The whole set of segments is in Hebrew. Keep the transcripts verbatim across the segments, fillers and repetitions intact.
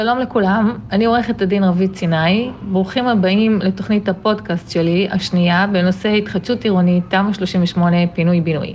שלום לכולם, אני עורכת הדין רבית סיני, ברוכים הבאים לתוכנית הפודקאסט שלי, השנייה, בנושא התחדשות עירונית, תמ"א שלושים ושמונה, פינוי-בינוי.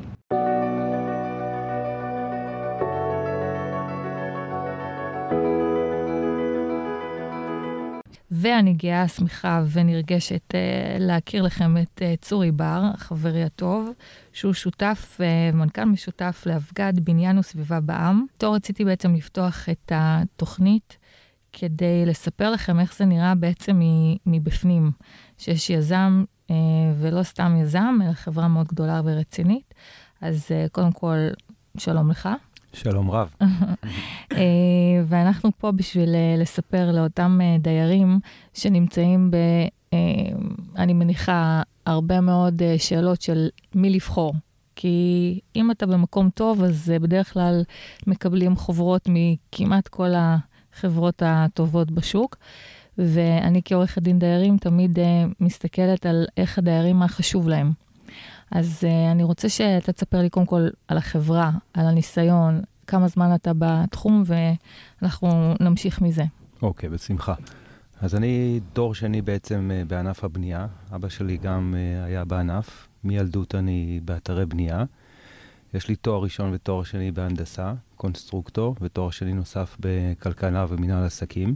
ואני גאה, שמחה ונרגשת להכיר לכם את צורי בר, חברי הטוב, שהוא שותף, מנכ"ל משותף לאבגד בניין וסביבה בע"מ. אותו רציתי בעצם לפתוח את התוכנית, כדי לספר לכם איך זה נראה בעצם מבפנים, שיש יזם, ולא סתם יזם, אלא חברה מאוד גדולה ורצינית. אז קודם כל, שלום לך. שלום רב. ואנחנו פה בשביל לספר לאותם דיירים שנמצאים ב, אני מניחה, הרבה מאוד שאלות של מי לבחור. כי אם אתה במקום טוב, אז בדרך כלל מקבלים חוברות מכמעט כל ה... חברות הטובות בשוק, ואני כעורכת דין דיירים תמיד uh, מסתכלת על איך הדיירים מה חשוב להם. אז uh, אני רוצה שאתה תספר לי קודם כל על החברה, על הניסיון, כמה זמן אתה בתחום, ואנחנו נמשיך מזה. אוקיי, בשמחה. אז אני דור שני בעצם uh, בענף הבנייה. אבא שלי גם uh, היה בענף. מילדות אני באתרי בנייה. יש לי תואר ראשון ותואר שני בהנדסה, קונסטרוקטור, ותואר שני נוסף בכלכלה ומנהל עסקים.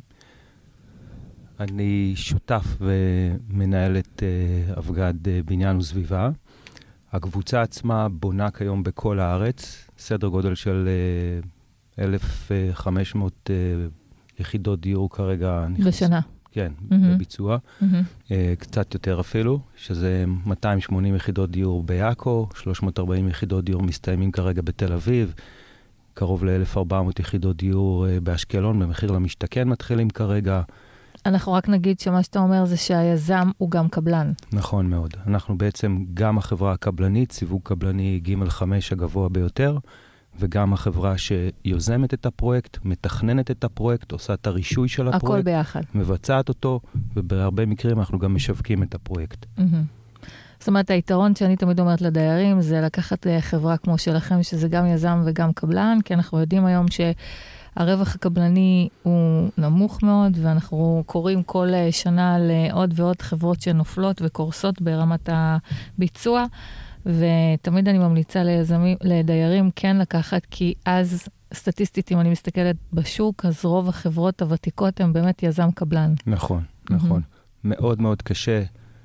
אני שותף ומנהל את uh, אבגד uh, בניין וסביבה. הקבוצה עצמה בונה כיום בכל הארץ, סדר גודל של uh, אלף וחמש מאות uh, יחידות דיור כרגע. בשנה. כן, mm-hmm. בביצוע. Mm-hmm. Uh, קצת יותר אפילו, שזה מאתיים ושמונים יחידות דיור ביאקו, שלוש מאות וארבעים יחידות דיור מסתיימים כרגע בתל אביב, קרוב ל-אלף וארבע מאות יחידות דיור uh, באשקלון, במחיר למשתכן מתחילים כרגע. אנחנו רק נגיד שמה שאתה אומר זה שהיזם הוא גם קבלן. נכון מאוד. אנחנו בעצם גם החברה הקבלנית, סיווג קבלני ג' חמש הגבוה ביותר, וגם החברה שיוזמת את הפרויקט, מתכננת את הפרויקט, עושה את הרישוי של הפרויקט. הכל ביחד. מבצעת אותו, ובהרבה מקרים אנחנו גם משווקים את הפרויקט. Mm-hmm. זאת אומרת, היתרון שאני תמיד אומרת לדיירים, זה לקחת חברה כמו שלכם, שזה גם יזם וגם קבלן, כי אנחנו יודעים היום שהרווח הקבלני הוא נמוך מאוד, ואנחנו קוראים כל שנה לעוד ועוד חברות שנופלות וקורסות ברמת הביצוע, ותמיד אני ממליצה ליזמים, לדיירים כן לקחת, כי אז סטטיסטית, אם אני מסתכלת בשוק, אז רוב החברות הוותיקות הן באמת יזם קבלן. נכון, נכון. מאוד מאוד קשה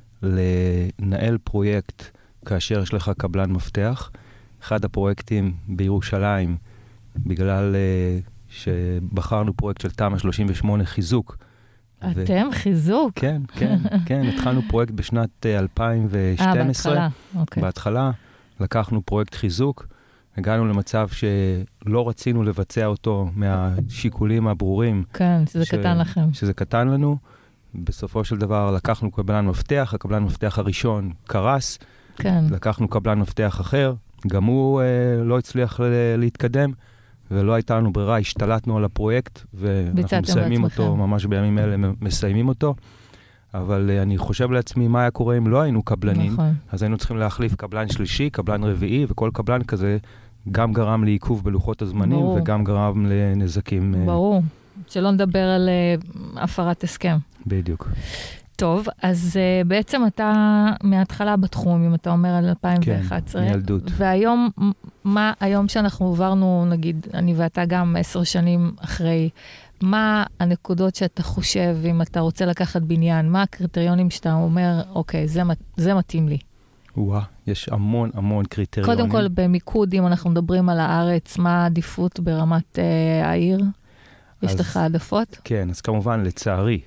לנהל פרויקט כאשר יש לך קבלן מפתח. אחד הפרויקטים בירושלים, בגלל שבחרנו פרויקט של תמ"א שלושים ושמונה חיזוק, אתם? חיזוק? כן, כן, כן. התחלנו פרויקט בשנת אלפיים ושתים עשרה. אה, בהתחלה, אוקיי. בהתחלה לקחנו פרויקט חיזוק, הגענו למצב שלא רצינו לבצע אותו מהשיקולים הברורים. כן, שזה קטן לכם. שזה קטן לנו. בסופו של דבר לקחנו קבלן מפתח, הקבלן מפתח הראשון קרס. כן. לקחנו קבלן מפתח אחר, גם הוא אה, לא הצליח ל- להתקדם. ולא הייתה לנו ברירה, השתלטנו על הפרויקט, ואנחנו מסיימים אותו, ממש בימים אלה מסיימים אותו. אבל uh, אני חושב לעצמי מה היה קורה אם לא היינו קבלנים, נכון. אז היינו צריכים להחליף קבלן שלישי, קבלן רביעי, וכל קבלן כזה גם גרם לעיכוב בלוחות הזמנים, ברור. וגם גרם לנזקים. ברור, uh... שלא נדבר על uh, הפרת הסכם. בדיוק. טוב, אז uh, בעצם אתה מההתחלה בתחום, אם אתה אומר על אלפיים ואחת עשרה. כן, מילדות. והיום, מה, היום שאנחנו עברנו, נגיד, אני ואתה גם עשר שנים אחרי, מה הנקודות שאתה חושב, אם אתה רוצה לקחת בניין, מה הקריטריונים שאתה אומר, אוקיי, זה, זה מתאים לי? וואה, יש המון המון קריטריונים. קודם כל, במיקוד, אם אנחנו מדברים על הארץ, מה העדיפות ברמת uh, העיר? יש אז, לך עדפות? כן, אז כמובן, לצערי,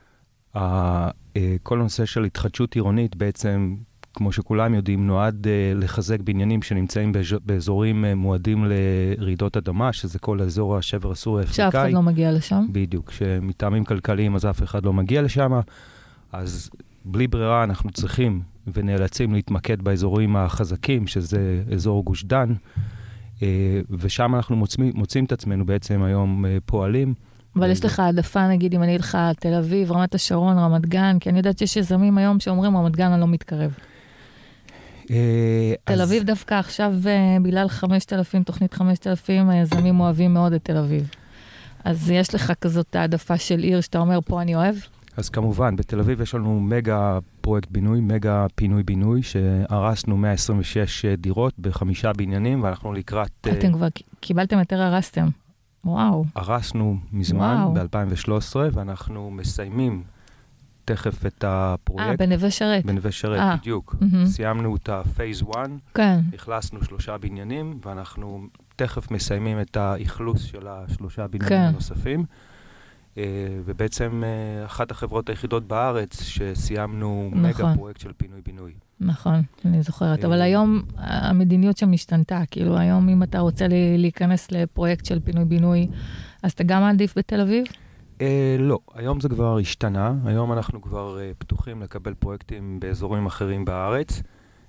כל הנושא של התחדשות עירונית בעצם, כמו שכולם יודעים, נועד לחזק בניינים שנמצאים באזורים מועדים לרעידות אדמה, שזה כל האזור השבר הסורי האפריקאי. שאף אחד לא מגיע לשם. בדיוק, שמטעמים כלכליים אז אף אחד לא מגיע לשם. אז בלי ברירה אנחנו צריכים ונאלצים להתמקד באזורים החזקים, שזה אזור גוש דן, ושם אנחנו מוצאים, מוצאים את עצמנו בעצם היום פועלים. אבל יש לך העדפה, נגיד, אם אני אלך תל אביב, רמת השרון, רמת גן, כי אני יודעת שיש יזמים היום שאומרים, רמת גן אני לא מתקרב. תל אביב דווקא עכשיו, בגלל חמשת אלפים, תוכנית חמשת אלפים, היזמים אוהבים מאוד את תל אביב. אז יש לך כזאת העדפה של עיר שאתה אומר, פה אני אוהב? אז כמובן, בתל אביב יש לנו מגה פרויקט בינוי, מגה פינוי-בינוי, שהרסנו מאה עשרים ושש דירות בחמישה בניינים, ואנחנו לקראת... אתם כבר קיבלתם יותר הרסתם. וואו. הרסנו מזמן, ב-אלפיים ושלוש עשרה, ואנחנו מסיימים תכף את הפרויקט. אה, בנווה שרת. בנווה שרת, בדיוק. סיימנו את ה-Phase אחת, כן. הכלסנו שלושה בניינים, ואנחנו תכף מסיימים את האכלוס של השלושה בניינים הנוספים. ובעצם אחת החברות היחידות בארץ שסיימנו מגה פרויקט של פינוי-בינוי. נכון, אני זוכרת. אבל היום המדיניות שם השתנתה. כאילו היום אם אתה רוצה להיכנס לפרויקט של פינוי-בינוי, אז אתה גם מעדיף בתל אביב? לא, היום זה כבר השתנה. היום אנחנו כבר פתוחים לקבל פרויקטים באזורים אחרים בארץ.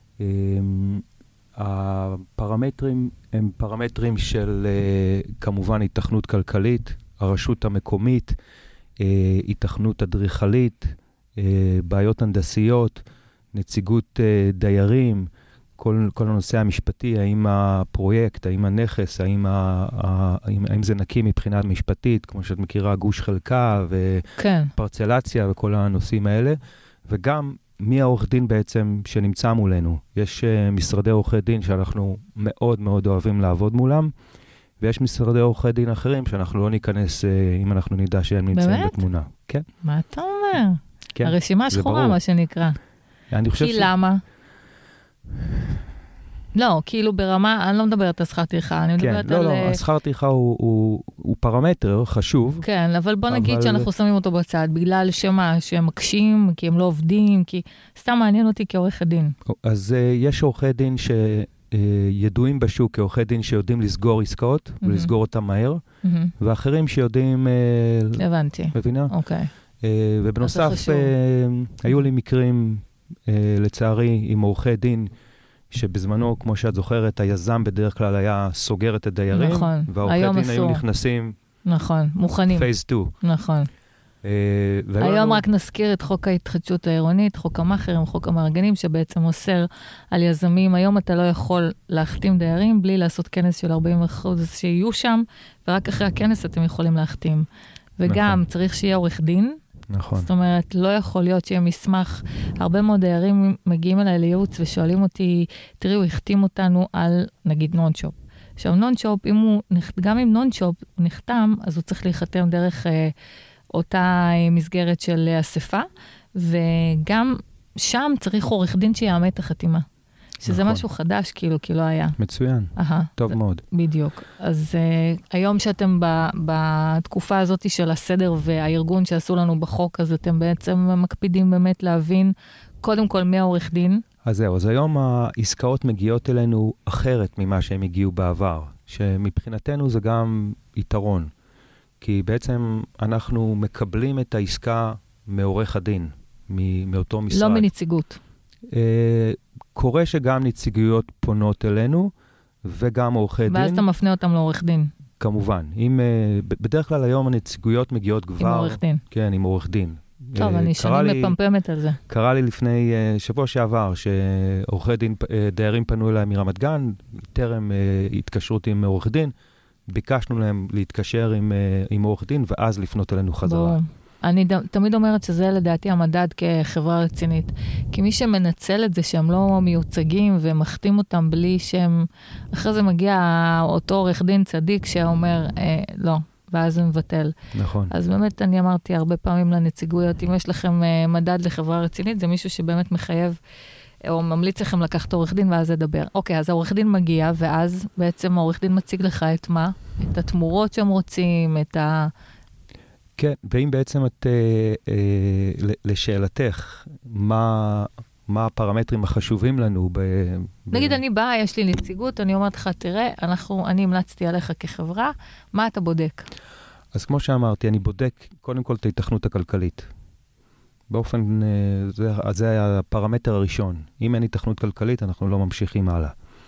הפרמטרים הם פרמטרים של כמובן התכנות כלכלית, הרשות המקומית, התכנות אדריכלית, בעיות הנדסיות, נציגות דיירים, כל, כל הנושא המשפטי, האם הפרויקט, האם הנכס, האם, ה, האם, האם זה נקי מבחינה משפטית, כמו שאת מכירה, גוש חלקה ופרצלציה כן. וכל הנושאים האלה, וגם מי העורך דין בעצם שנמצא מולנו. יש משרדי עורכי דין שאנחנו מאוד מאוד אוהבים לעבוד מולם, ויש משרדי עורכי דין אחרים שאנחנו לא ניכנס אם אנחנו נדע שהם נמצאים באמת? בתמונה. כן. מה אתה אומר? כן. הרשימה שחורה, מה שנקרא. אני חושב כי ש... למה? לא, כאילו ברמה, אני לא מדברת על שכר טרחה, אני מדברת כן, על... לא, לא, השכר טרחה הוא, הוא, הוא פרמטר חשוב. כן, אבל בוא נגיד אבל... שאנחנו שמים אותו בצד, בגלל שמה, שהם מקשים, כי הם לא עובדים, כי סתם מעניין אותי כעורך דין. אז uh, יש עורכי דין ש... ידועים בשוק כעורכי דין שיודעים לסגור עסקאות, mm-hmm. ולסגור אותם מהר, mm-hmm. ואחרים שיודעים... הבנתי. מבינה? אוקיי. Okay. ובנוסף, היו לי מקרים, לצערי, עם עורכי דין, שבזמנו, כמו שאת זוכרת, היזם בדרך כלל היה סוגר את הדיירים, נכון. והעורכי דין אסור. היו נכנסים... נכון, מוכנים. פייס שתיים. נכון. היום רק נזכיר את חוק ההתחדשות העירונית, חוק המאכערים, חוק המארגנים, שבעצם אוסר על יזמים. היום אתה לא יכול להחתים דיירים בלי לעשות כנס של ארבעים אחוז שיהיו שם, ורק אחרי הכנס אתם יכולים להחתים. וגם צריך שיהיה עורך דין. נכון. זאת אומרת, לא יכול להיות שיהיה מסמך. הרבה מאוד דיירים מגיעים אליי לייעוץ ושואלים אותי, תראי, הוא החתים אותנו על, נגיד, נון-שופ. עכשיו, נון-שופ, גם אם נון-שופ נחתם, אז הוא צריך להיחתם דרך... אותה מסגרת של אספה, וגם שם צריך עורך דין שיאמת החתימה. שזה נכון. משהו חדש, כאילו, כי לא היה. מצוין. Aha, טוב זה, מאוד. בדיוק. אז uh, היום שאתם ב, בתקופה הזאת של הסדר והארגון שעשו לנו בחוק, אז אתם בעצם מקפידים באמת להבין, קודם כל, מי העורך דין. אז זהו, אז היום העסקאות מגיעות אלינו אחרת ממה שהם הגיעו בעבר, שמבחינתנו זה גם יתרון. כי בעצם אנחנו מקבלים את העסקה מעורך הדין, מאותו משרד. לא מנציגות. אה, קורה שגם נציגויות פונות אלינו, וגם עורכי דין. ואז אתה מפנה אותם לעורך דין. כמובן. אם, אה, בדרך כלל היום הנציגויות מגיעות כבר... עם עורך דין. כן, עם עורך דין. טוב, אה, אני שנים מפמפמת על זה. קרה לי לפני אה, שבוע שעבר, שעורכי דין, אה, דיירים פנו אליי מרמת גן, טרם אה, התקשרות עם עורך דין, ביקשנו להם להתקשר עם, עם עורך דין, ואז לפנות אלינו חזרה. בוא. אני ד... תמיד אומרת שזה לדעתי המדד כחברה רצינית. כי מי שמנצל את זה שהם לא מיוצגים ומחתים אותם בלי שהם... אחרי זה מגיע אותו עורך דין צדיק שאומר, אה, לא, ואז הוא מבטל. נכון. אז באמת אני אמרתי הרבה פעמים לנציגויות, אם יש לכם אה, מדד לחברה רצינית, זה מישהו שבאמת מחייב... או ממליץ לכם לקחת עורך דין ואז לדבר. אוקיי, אז העורך דין מגיע, ואז בעצם העורך דין מציג לך את מה? את התמורות שהם רוצים, את ה... כן, ואם בעצם את, אה, אה, לשאלתך, מה, מה הפרמטרים החשובים לנו ב... נגיד, ב... אני באה, יש לי נציגות, אני אומרת לך, תראה, אנחנו, אני המלצתי עליך כחברה, מה אתה בודק? אז כמו שאמרתי, אני בודק קודם כל את ההיתכנות הכלכלית. באופן, זה, זה היה הפרמטר הראשון. אם אין היתכנות כלכלית, אנחנו לא ממשיכים הלאה.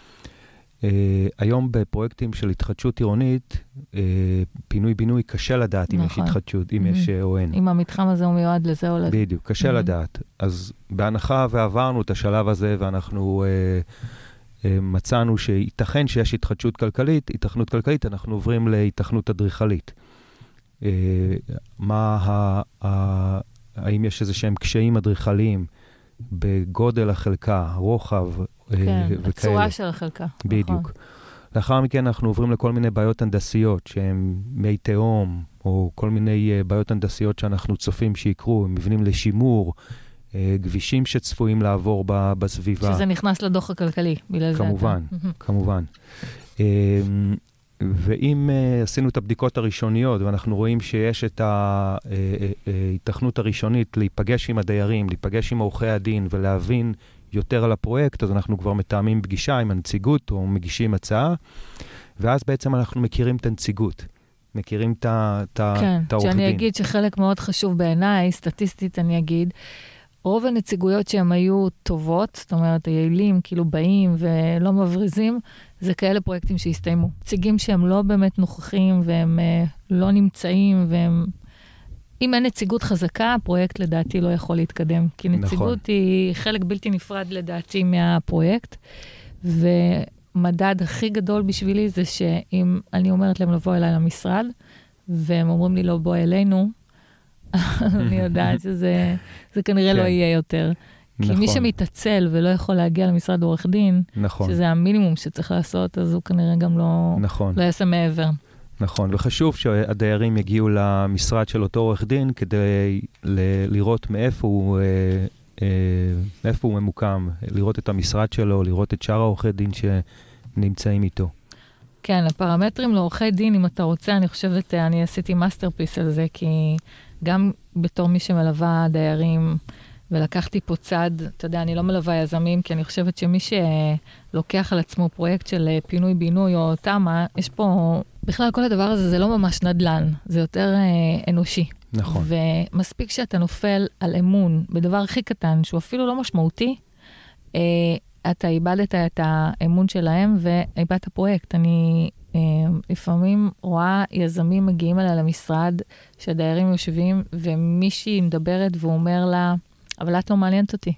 Uh, היום בפרויקטים של התחדשות עירונית, uh, פינוי-בינוי, קשה לדעת נכון. אם יש התחדשות, אם mm-hmm. יש או אין. אם המתחם הזה הוא מיועד לזה או לזה. בדיוק, קשה mm-hmm. לדעת. אז בהנחה ועברנו את השלב הזה, ואנחנו uh, uh, מצאנו שייתכן שיש התחדשות כלכלית, התכנות כלכלית, אנחנו עוברים להתכנות אדריכלית. מה ה... ה... האם יש איזה שהם קשיים אדריכליים בגודל החלקה, רוחב כן, וכאלה. הצורה של החלקה. בדיוק. נכון. לאחר מכן אנחנו עוברים לכל מיני בעיות הנדסיות, שהן מי תהום, או כל מיני בעיות הנדסיות שאנחנו צופים שיקרו, מבנים לשימור, גבישים שצפויים לעבור בסביבה. שזה נכנס לדוח הכלכלי, בגלל זה. כמובן, כמובן. ואם uh, עשינו את הבדיקות הראשוניות, ואנחנו רואים שיש את ההיתכנות הראשונית להיפגש עם הדיירים, להיפגש עם עורכי הדין ולהבין יותר על הפרויקט, אז אנחנו כבר מתאמים פגישה עם הנציגות או מגישים הצעה, ואז בעצם אנחנו מכירים את הנציגות, מכירים את העורך דין. כן, שאני אגיד שחלק מאוד חשוב בעיניי, סטטיסטית אני אגיד, רוב הנציגויות שהן היו טובות, זאת אומרת, היעילים כאילו באים ולא מבריזים, זה כאלה פרויקטים שהסתיימו. נציגים שהם לא באמת נוכחים והם uh, לא נמצאים, והם... אם אין נציגות חזקה, הפרויקט לדעתי לא יכול להתקדם. כי נציגות נכון. היא חלק בלתי נפרד לדעתי מהפרויקט, ומדד הכי גדול בשבילי זה שאם אני אומרת להם לבוא אליי למשרד, והם אומרים לי לא בוא אלינו, אני יודעת שזה זה כנראה לא יהיה יותר. כי מי שמתעצל ולא יכול להגיע למשרד עורך דין, שזה המינימום שצריך לעשות, אז הוא כנראה גם לא יעשה מעבר. נכון, וחשוב שהדיירים יגיעו למשרד של אותו עורך דין, כדי לראות מאיפה הוא, מאיפה הוא ממוקם, לראות את המשרד שלו, לראות את שאר העורכי דין שנמצאים איתו. כן, הפרמטרים לעורכי דין, אם אתה רוצה, אני חושבת, אני עשיתי מאסטרפיס על זה, כי גם בתור מי שמלווה דיירים, ולקחתי פה צד, אתה יודע, אני לא מלווה יזמים, כי אני חושבת שמי שלוקח על עצמו פרויקט של פינוי-בינוי או תמה, יש פה, בכלל כל הדבר הזה זה לא ממש נדל"ן, זה יותר אה, אנושי. נכון. ומספיק שאתה נופל על אמון בדבר הכי קטן, שהוא אפילו לא משמעותי, אה, אתה איבדת את האמון שלהם ואיבדת פרויקט. אני אה, לפעמים רואה יזמים מגיעים אליי למשרד, שהדיירים יושבים, ומישהי מדברת והוא אומר לה, אבל את לא מעניינת אותי.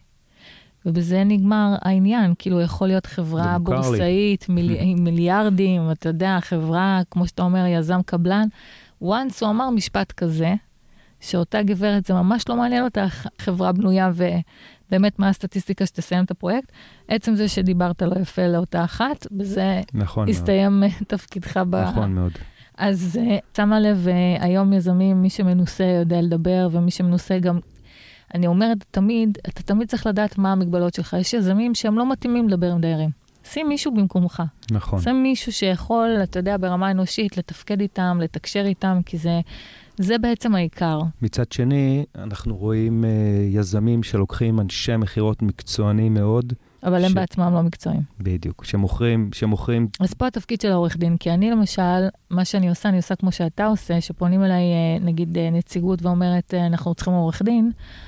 ובזה נגמר העניין, כאילו יכול להיות חברה בורסאית, מיל... מיליארדים, אתה יודע, חברה, כמו שאתה אומר, יזם קבלן. once הוא אמר משפט כזה, שאותה גברת, זה ממש לא מעניין אותה, חברה בנויה, ובאמת מה הסטטיסטיקה שתסיים את הפרויקט. עצם זה שדיברת לא יפה לאותה אחת, בזה נכון הסתיים מאוד. תפקידך ב... נכון מאוד. אז שמה לב, היום יזמים, מי שמנוסה יודע לדבר, ומי שמנוסה גם... אני אומרת תמיד, אתה תמיד צריך לדעת מה המגבלות שלך. יש יזמים שהם לא מתאימים לדבר עם דיירים. שים מישהו במקומך. נכון. שים מישהו שיכול, אתה יודע, ברמה אנושית, לתפקד איתם, לתקשר איתם, כי זה, זה בעצם העיקר. מצד שני, אנחנו רואים uh, יזמים שלוקחים אנשי מחירות מקצוענים מאוד. אבל ש... הם בעצמם לא מקצועיים. בדיוק, שמוכרים, שמוכרים... אז פה התפקיד של העורך דין, כי אני למשל, מה שאני עושה, אני עושה כמו שאתה עושה, שפונים אליי, נגיד, נציגות ואומרת, אנחנו צריכים עורך דין,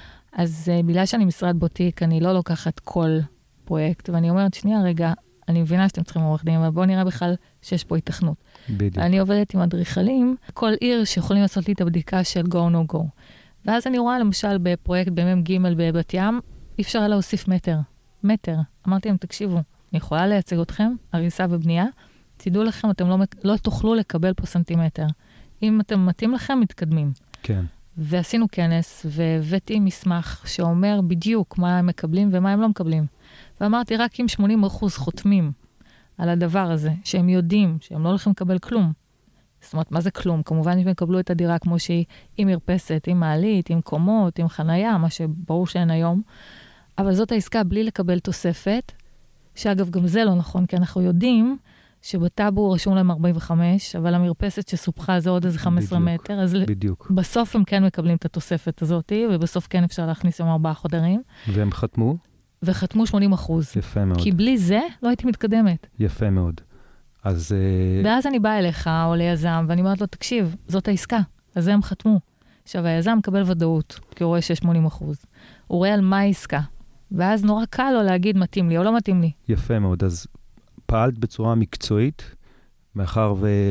אז uh, בגלל שאני משרד בוטיק, אני לא לוקחת כל פרויקט, ואני אומרת, שנייה רגע, אני מבינה שאתם צריכים עורך דין, אבל בואו נראה בכלל שיש פה התכנות. בדיוק. אני עובדת עם אדריכלים, כל עיר שיכולים לעשות לי את הבדיקה של go no go. ואז אני רואה למשל בפרויקט ב-אם ג' בבת ים, אי אפשר להוסיף מטר. מטר. אמרתי להם, תקשיבו, אני יכולה לייצג אתכם, הריסה ובנייה, תדעו לכם, אתם לא, לא תוכלו לקבל פה סנטימטר. אם אתם מתאים לכם, מתקדמים. כן. ועשינו כנס, והבאתי מסמך שאומר בדיוק מה הם מקבלים ומה הם לא מקבלים. ואמרתי, רק אם שמונים אחוז חותמים על הדבר הזה, שהם יודעים שהם לא הולכים לקבל כלום. זאת אומרת, מה זה כלום? כמובן שהם יקבלו את הדירה כמו שהיא, עם מרפסת, עם מעלית, עם קומות, עם חנייה, מה שברור שאין היום. אבל זאת העסקה בלי לקבל תוספת, שאגב, גם זה לא נכון, כי אנחנו יודעים שבטאבו רשום להם ארבעים וחמש, אבל המרפסת שסופחה זה עוד איזה חמישה עשר בדיוק, מטר, אז בדיוק. בסוף הם כן מקבלים את התוספת הזאת, ובסוף כן אפשר להכניס עם ארבעה חודרים. והם חתמו? וחתמו שמונים אחוז. יפה מאוד. כי בלי זה לא הייתי מתקדמת. יפה מאוד. אז... ואז אני באה אליך או ליזם, ואני אומרת לו, תקשיב, זאת העסקה. אז זה הם חתמו. עכשיו, היזם מקבל ודאות, כי הוא רואה שיש שמונים אחוז. הוא רואה על מה העסקה. ואז נורא קל לו להגיד, מתאים לי או לא מתאים לי. יפה מאוד. אז פעלת בצורה מקצועית, מאחר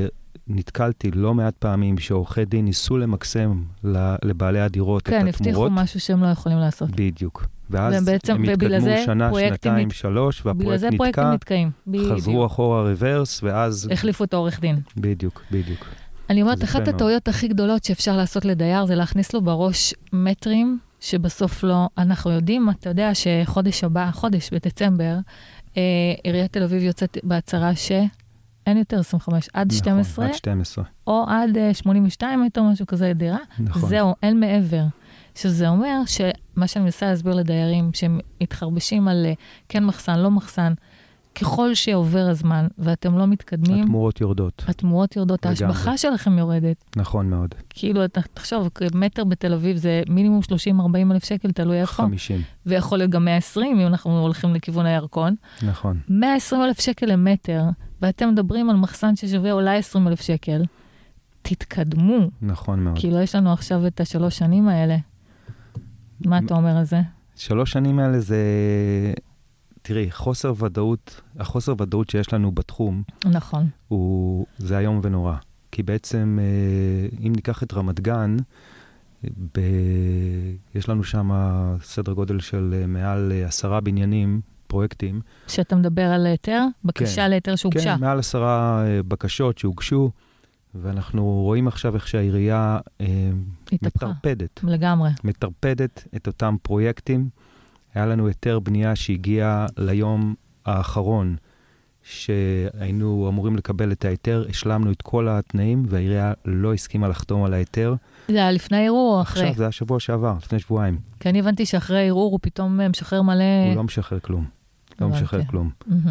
ונתקלתי לא מעט פעמים שעורכי דין ניסו למקסם לבעלי הדירות את התמורות. כן, הבטיחו משהו שהם לא יכולים לעשות. בדיוק. ואז ובעצם, הם התקדמו שנה, שנתיים, מת... שלוש, והפרויקט נתקע, נתקעים. חזרו אחורה רוורס, ואז... החליפו את העורך דין. בדיוק, בדיוק. אני אומרת, אחת הטעויות הכי גדולות שאפשר לעשות לדייר, זה להכניס לו בראש מטרים, שבסוף לא, אנחנו יודעים, אתה יודע שחודש הבא, חודש בדצמבר, אה, עיריית תל אביב יוצאת בהצהרה שאין יותר עשרים וחמש, עד נכון, שתים עשרה, עד שתים עשרה. או עד אה, שמונים ושתיים, יותר משהו כזה דירה. נכון. זהו, אין מעבר. שזה אומר שמה שאני מנסה להסביר לדיירים, שהם מתחרבשים על כן מחסן, לא מחסן, ככל שעובר הזמן ואתם לא מתקדמים, התמורות יורדות. התמורות יורדות, ההשבחה שלכם יורדת. נכון מאוד. כאילו, אתה תחשוב, מטר בתל אביב זה מינימום שלושים ארבעים אלף שקל, תלוי איפה. חמישים. ויכול להיות גם מאה ועשרים, אם אנחנו הולכים לכיוון הירקון. נכון. מאה ועשרים אלף שקל למטר, ואתם מדברים על מחסן ששווה אולי עשרים אלף שקל. תתקדמו. נכון מאוד. כאילו, יש לנו עכשיו את השלוש שנים האלה. מה אתה אומר על זה? שלוש שנים האלה זה... תראי, חוסר ודאות, החוסר ודאות שיש לנו בתחום, נכון. הוא, זה היום ונורא. כי בעצם, אם ניקח את רמת גן, ב, יש לנו שם סדר גודל של מעל עשרה בניינים, פרויקטים. שאתה מדבר על היתר? בקשה כן, להיתר שהוגשה? כן, מעל עשרה בקשות שהוגשו, ואנחנו רואים עכשיו איך שהעירייה מטרפדת. לגמרי. מטרפדת את אותם פרויקטים. היה לנו היתר בנייה שהגיע ליום האחרון, שהיינו אמורים לקבל את ההיתר, השלמנו את כל התנאים, והעירייה לא הסכימה לחתום על ההיתר. זה היה לפני הערעור או אחרי? עכשיו, זה היה שבוע שעבר, לפני שבועיים. כי אני הבנתי שאחרי הערעור הוא פתאום משחרר מלא... הוא לא משחרר כלום. לא משחרר כלום.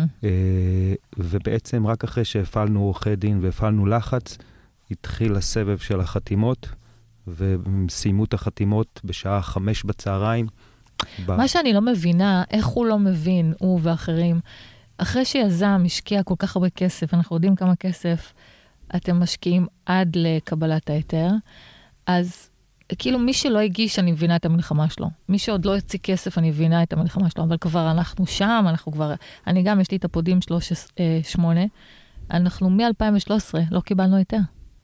ובעצם רק אחרי שהפעלנו עורכי דין והפעלנו לחץ, התחיל הסבב של החתימות, וסיימו את החתימות בשעה חמש בצהריים. מה שאני לא מבינה, איך הוא לא מבין, הוא ואחרים, אחרי שיזם השקיע כל כך הרבה כסף, אנחנו יודעים כמה כסף אתם משקיעים עד לקבלת ההיתר, אז כאילו מי שלא הגיש, אני מבינה את המלחמה שלו. מי שעוד לא יוציא כסף, אני מבינה את המלחמה שלו, אבל כבר אנחנו שם, אנחנו כבר, אני גם, יש לי את הפודים שלוש שמונה, אנחנו מ-אלפיים ושלוש עשרה לא קיבלנו היתר.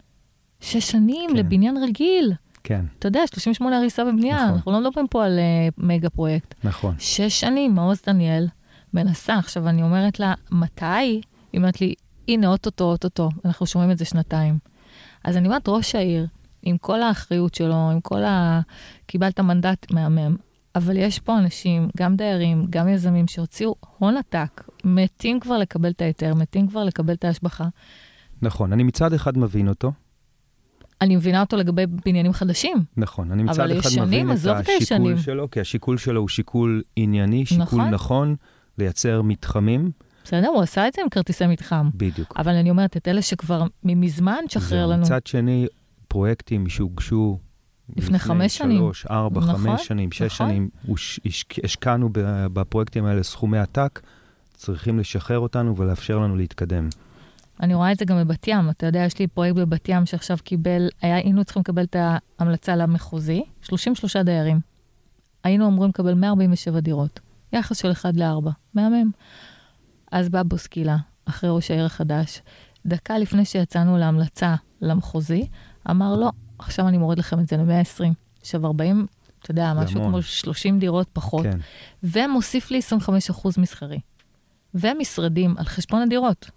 שש שנים כן. לבניין רגיל. כן. אתה יודע, שלושים ושמונה הריסה בבנייה, נכון. אנחנו לא מדברים פה על uh, מגה פרויקט. נכון. שש שנים, מעוז דניאל, מנסה. עכשיו אני אומרת לה, מתי? היא אומרת לי, הנה, אוטוטו, אוטוטו, אנחנו שומעים את זה שנתיים. אז אני אומרת, ראש העיר, עם כל האחריות שלו, עם כל ה... קיבלת מנדט מהמם, אבל יש פה אנשים, גם דיירים, גם יזמים, שהוציאו הון עתק, מתים כבר לקבל את ההיתר, מתים כבר לקבל את ההשבחה. נכון, אני מצד אחד מבין אותו. אני מבינה אותו לגבי בניינים חדשים. נכון, אני מצד אחד מבין את השיקול שלו, כי השיקול שלו הוא שיקול ענייני, שיקול נכון, לייצר מתחמים. בסדר, הוא עשה את זה עם כרטיסי מתחם. בדיוק. אבל אני אומרת, את אלה שכבר מזמן שחרר לנו. מצד שני, פרויקטים שהוגשו לפני חמש שנים. שלוש, ארבע, חמש שנים, שש שנים, השקענו בפרויקטים האלה סכומי עתק, צריכים לשחרר אותנו ולאפשר לנו להתקדם. אני רואה את זה גם בבת ים. אתה יודע, יש לי פרויקט בבת ים שעכשיו קיבל, היינו צריכים לקבל את ההמלצה למחוזי, שלושים ושלושה דיירים. היינו אמורים לקבל מאה ארבעים ושבע דירות. יחס של אחד לארבע. מהמם. אז בא בוסקילה, אחרי ראש העיר החדש, דקה לפני שיצאנו להמלצה למחוזי, אמר לא, עכשיו אני מוריד לכם את זה ל-מאה ועשרים. עכשיו ארבעים, אתה יודע, משהו כמו שלושים דירות פחות. כן. ומוסיף לי עשרים וחמישה אחוז מסחרי. ומשרדים על חשבון הדירות.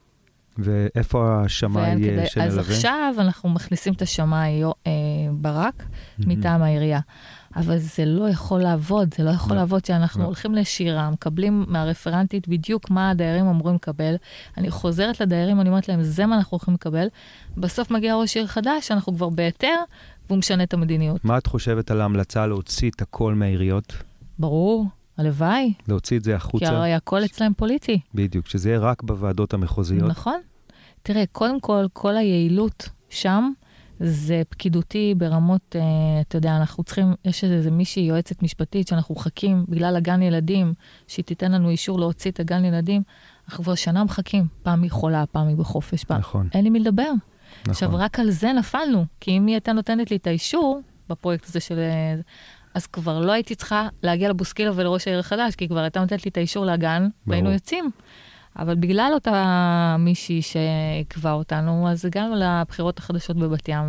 ואיפה השמאי שנלווה? אז עכשיו אנחנו מכניסים את השמאי אה, ברק, mm-hmm. מטעם העירייה. אבל זה לא יכול לעבוד, זה לא יכול no. לעבוד שאנחנו no. הולכים לשירה, מקבלים מהרפרנטית בדיוק מה הדיירים אמורים לקבל. אני חוזרת לדיירים, אני אומרת להם, זה מה אנחנו הולכים לקבל. בסוף מגיע ראש עיר חדש, אנחנו כבר בהיתר, והוא משנה את המדיניות. מה את חושבת על ההמלצה להוציא את הכל מהעיריות? ברור. הלוואי. להוציא את זה החוצה. כי הרי הכל אצלם פוליטי. בדיוק, שזה יהיה רק בוועדות המחוזיות. נכון. תראה, קודם כל, כל היעילות שם, זה פקידותי ברמות, אה, אתה יודע, אנחנו צריכים, יש איזה מישהי יועצת משפטית, שאנחנו מחכים בגלל הגן ילדים, שהיא תיתן לנו אישור להוציא את הגן ילדים, אנחנו כבר שנה מחכים, פעם היא חולה, פעם היא בחופש, פעם. נכון. אין לי מי לדבר. נכון. עכשיו, רק על זה נפלנו, כי אם היא הייתה נותנת לי את האישור, בפרויקט הזה של... אז כבר לא הייתי צריכה להגיע לבוסקילה ולראש העיר החדש, כי כבר הייתה נותנת לי את האישור לגן, והיינו יוצאים. אבל בגלל אותה מישהי שעקבה אותנו, אז הגענו לבחירות החדשות בבת ים.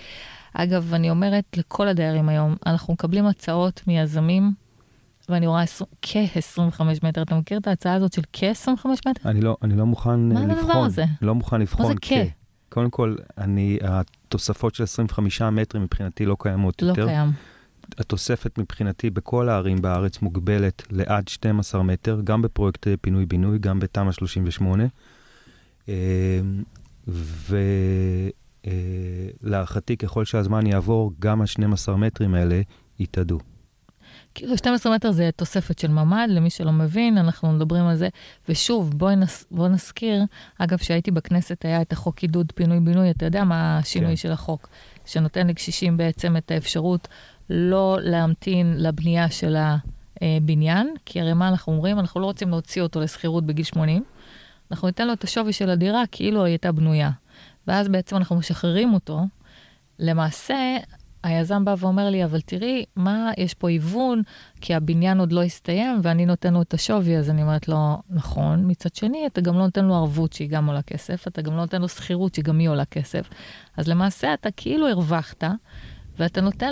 ואגב, אני אומרת לכל הדיירים היום, אנחנו מקבלים הצעות מיזמים, ואני רואה כ-עשרים וחמישה מטר. אתה מכיר את ההצעה הזאת של כ-עשרים וחמישה מטר? אני לא, אני לא מוכן לבחון. מה הדבר הזה? לא מוכן לבחון. מה זה כ? קודם כל, אני, תוספות של עשרים וחמישה מטרים מבחינתי לא קיימות לא יותר. לא קיים. התוספת מבחינתי בכל הערים בארץ מוגבלת לעד שנים עשר מטר, גם בפרויקט פינוי-בינוי, גם בתמ"א שלושים ושמונה. ולהערכתי, ככל שהזמן יעבור, גם ה-שנים עשר מטרים האלה יתעדו. כאילו, שנים עשר מטר זה תוספת של ממ"ד, למי שלא מבין, אנחנו מדברים על זה. ושוב, בואי נס, בוא נזכיר, אגב, שהייתי בכנסת היה את החוק עידוד פינוי-בינוי, אתה יודע מה השינוי כן. של החוק, שנותן לקשישים בעצם את האפשרות לא להמתין לבנייה של הבניין, כי הרי מה אנחנו אומרים? אנחנו לא רוצים להוציא אותו לסחירות בגיל שמונים, אנחנו ניתן לו את השווי של הדירה כאילו היא הייתה בנויה. ואז בעצם אנחנו משחררים אותו. למעשה, היזם בא ואומר לי, אבל תראי, מה, יש פה עיוון, כי הבניין עוד לא הסתיים, ואני נותן לו את השווי, אז אני אומרת לו, נכון, מצד שני, אתה גם לא נותן לו ערבות שהיא גם עולה כסף, אתה גם לא נותן לו שכירות שהיא גם היא עולה כסף. אז למעשה, אתה כאילו הרווחת, ואתה נותן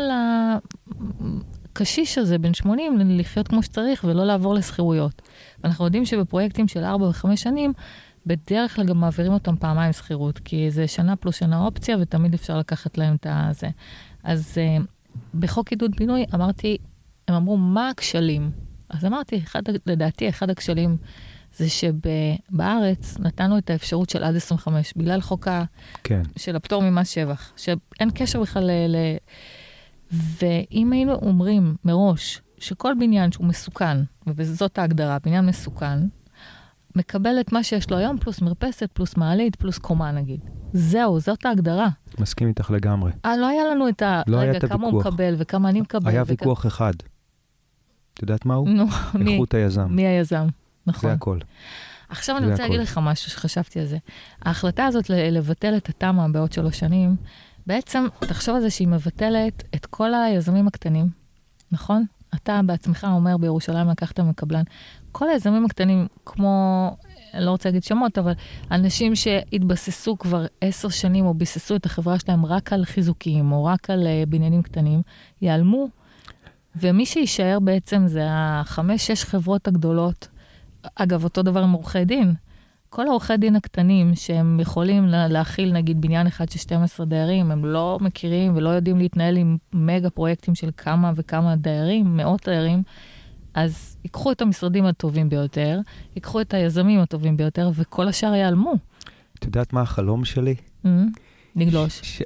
לקשיש הזה, בן שמונים, לחיות כמו שצריך, ולא לעבור לסחירויות. ואנחנו יודעים שבפרויקטים של ארבע וחמש שנים, בדרך כלל גם מעבירים אותם פעמיים סחירות, כי זה שנה פלוס שנה אופציה, ותמיד אפשר לקחת להם את זה. אז uh, בחוק עידוד פינוי אמרתי, הם אמרו, מה הכשלים? אז אמרתי, אחד, לדעתי, אחד הכשלים זה שבארץ נתנו את האפשרות של עד עשרים וחמש, בגלל חוק כן. של הפטור ממס שבח, שאין קשר בכלל ל... ל... ואם היינו אומרים מראש שכל בניין שהוא מסוכן, וזאת ההגדרה, בניין מסוכן, מקבל את מה שיש לו היום, פלוס מרפסת, פלוס מעלית, פלוס קומה נגיד. זהו, זאת ההגדרה. מסכים איתך לגמרי. אה, לא היה לנו את ה... לא רגע, כמה הוא מקבל וכמה אני מקבל. היה ויכוח וכ... אחד. את יודעת מה הוא? נו, מי? איכות היזם. מי היזם, נכון. זה הכל. עכשיו אני רוצה להגיד לך משהו שחשבתי על זה. ההחלטה הזאת לבטל את התמ"א בעוד שלוש שנים, בעצם תחשוב על זה שהיא מבטלת את כל היזמים הקטנים, נכון? אתה בעצמך אומר בירושלים לקחת מקבלן. כל היזמים הקטנים, כמו, אני לא רוצה להגיד שמות, אבל אנשים שהתבססו כבר עשר שנים, או ביססו את החברה שלהם רק על חיזוקים, או רק על uh, בניינים קטנים, ייעלמו, ומי שישאר בעצם זה החמש, שש חברות הגדולות, אגב, אותו דבר עם עורכי דין, כל העורכי דין הקטנים שהם יכולים להכיל, נגיד, בניין אחד של שנים עשר דיירים, הם לא מכירים ולא יודעים להתנהל עם מגה פרויקטים של כמה וכמה דיירים, מאות דיירים, אז ייקחו את המשרדים הטובים ביותר, ייקחו את היזמים הטובים ביותר, וכל השאר ייעלמו. את יודעת מה החלום שלי? נגלוש.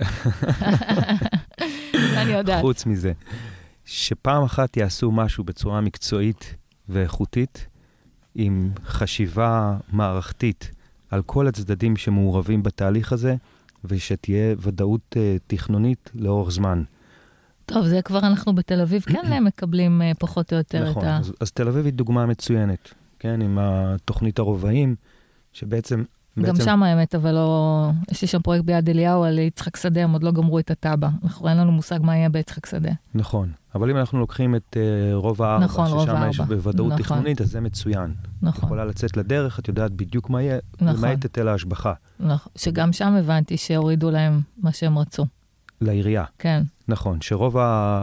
אני יודעת. חוץ מזה, שפעם אחת יעשו משהו בצורה מקצועית ואיכותית, עם חשיבה מערכתית על כל הצדדים שמעורבים בתהליך הזה, ושתהיה ודאות uh, תכנונית לאורך זמן. טוב, זה כבר אנחנו בתל אביב, כן, מקבלים uh, פחות או יותר נכון, את ה... אז, אז תל אביב היא דוגמה מצוינת, כן, עם התוכנית הרובעים, שבעצם... גם בעצם... שם האמת, אבל לא... יש לי שם פרויקט ביד אליהו על יצחק שדה, הם עוד לא גמרו את הטאבע. אנחנו אין לנו מושג מה יהיה ביצחק שדה. נכון, אבל אם אנחנו לוקחים את uh, רוב הארבע, נכון, ששם יש בוודאות נכון. תכנונית, אז זה מצוין. נכון. יכולה לצאת לדרך, את יודעת בדיוק מה יהיה, נכון. למעט היטל ההשבחה. נכון, שגם שם הבנתי שהורידו להם מה שהם רצו. לעירייה. כן. נכון, שרוב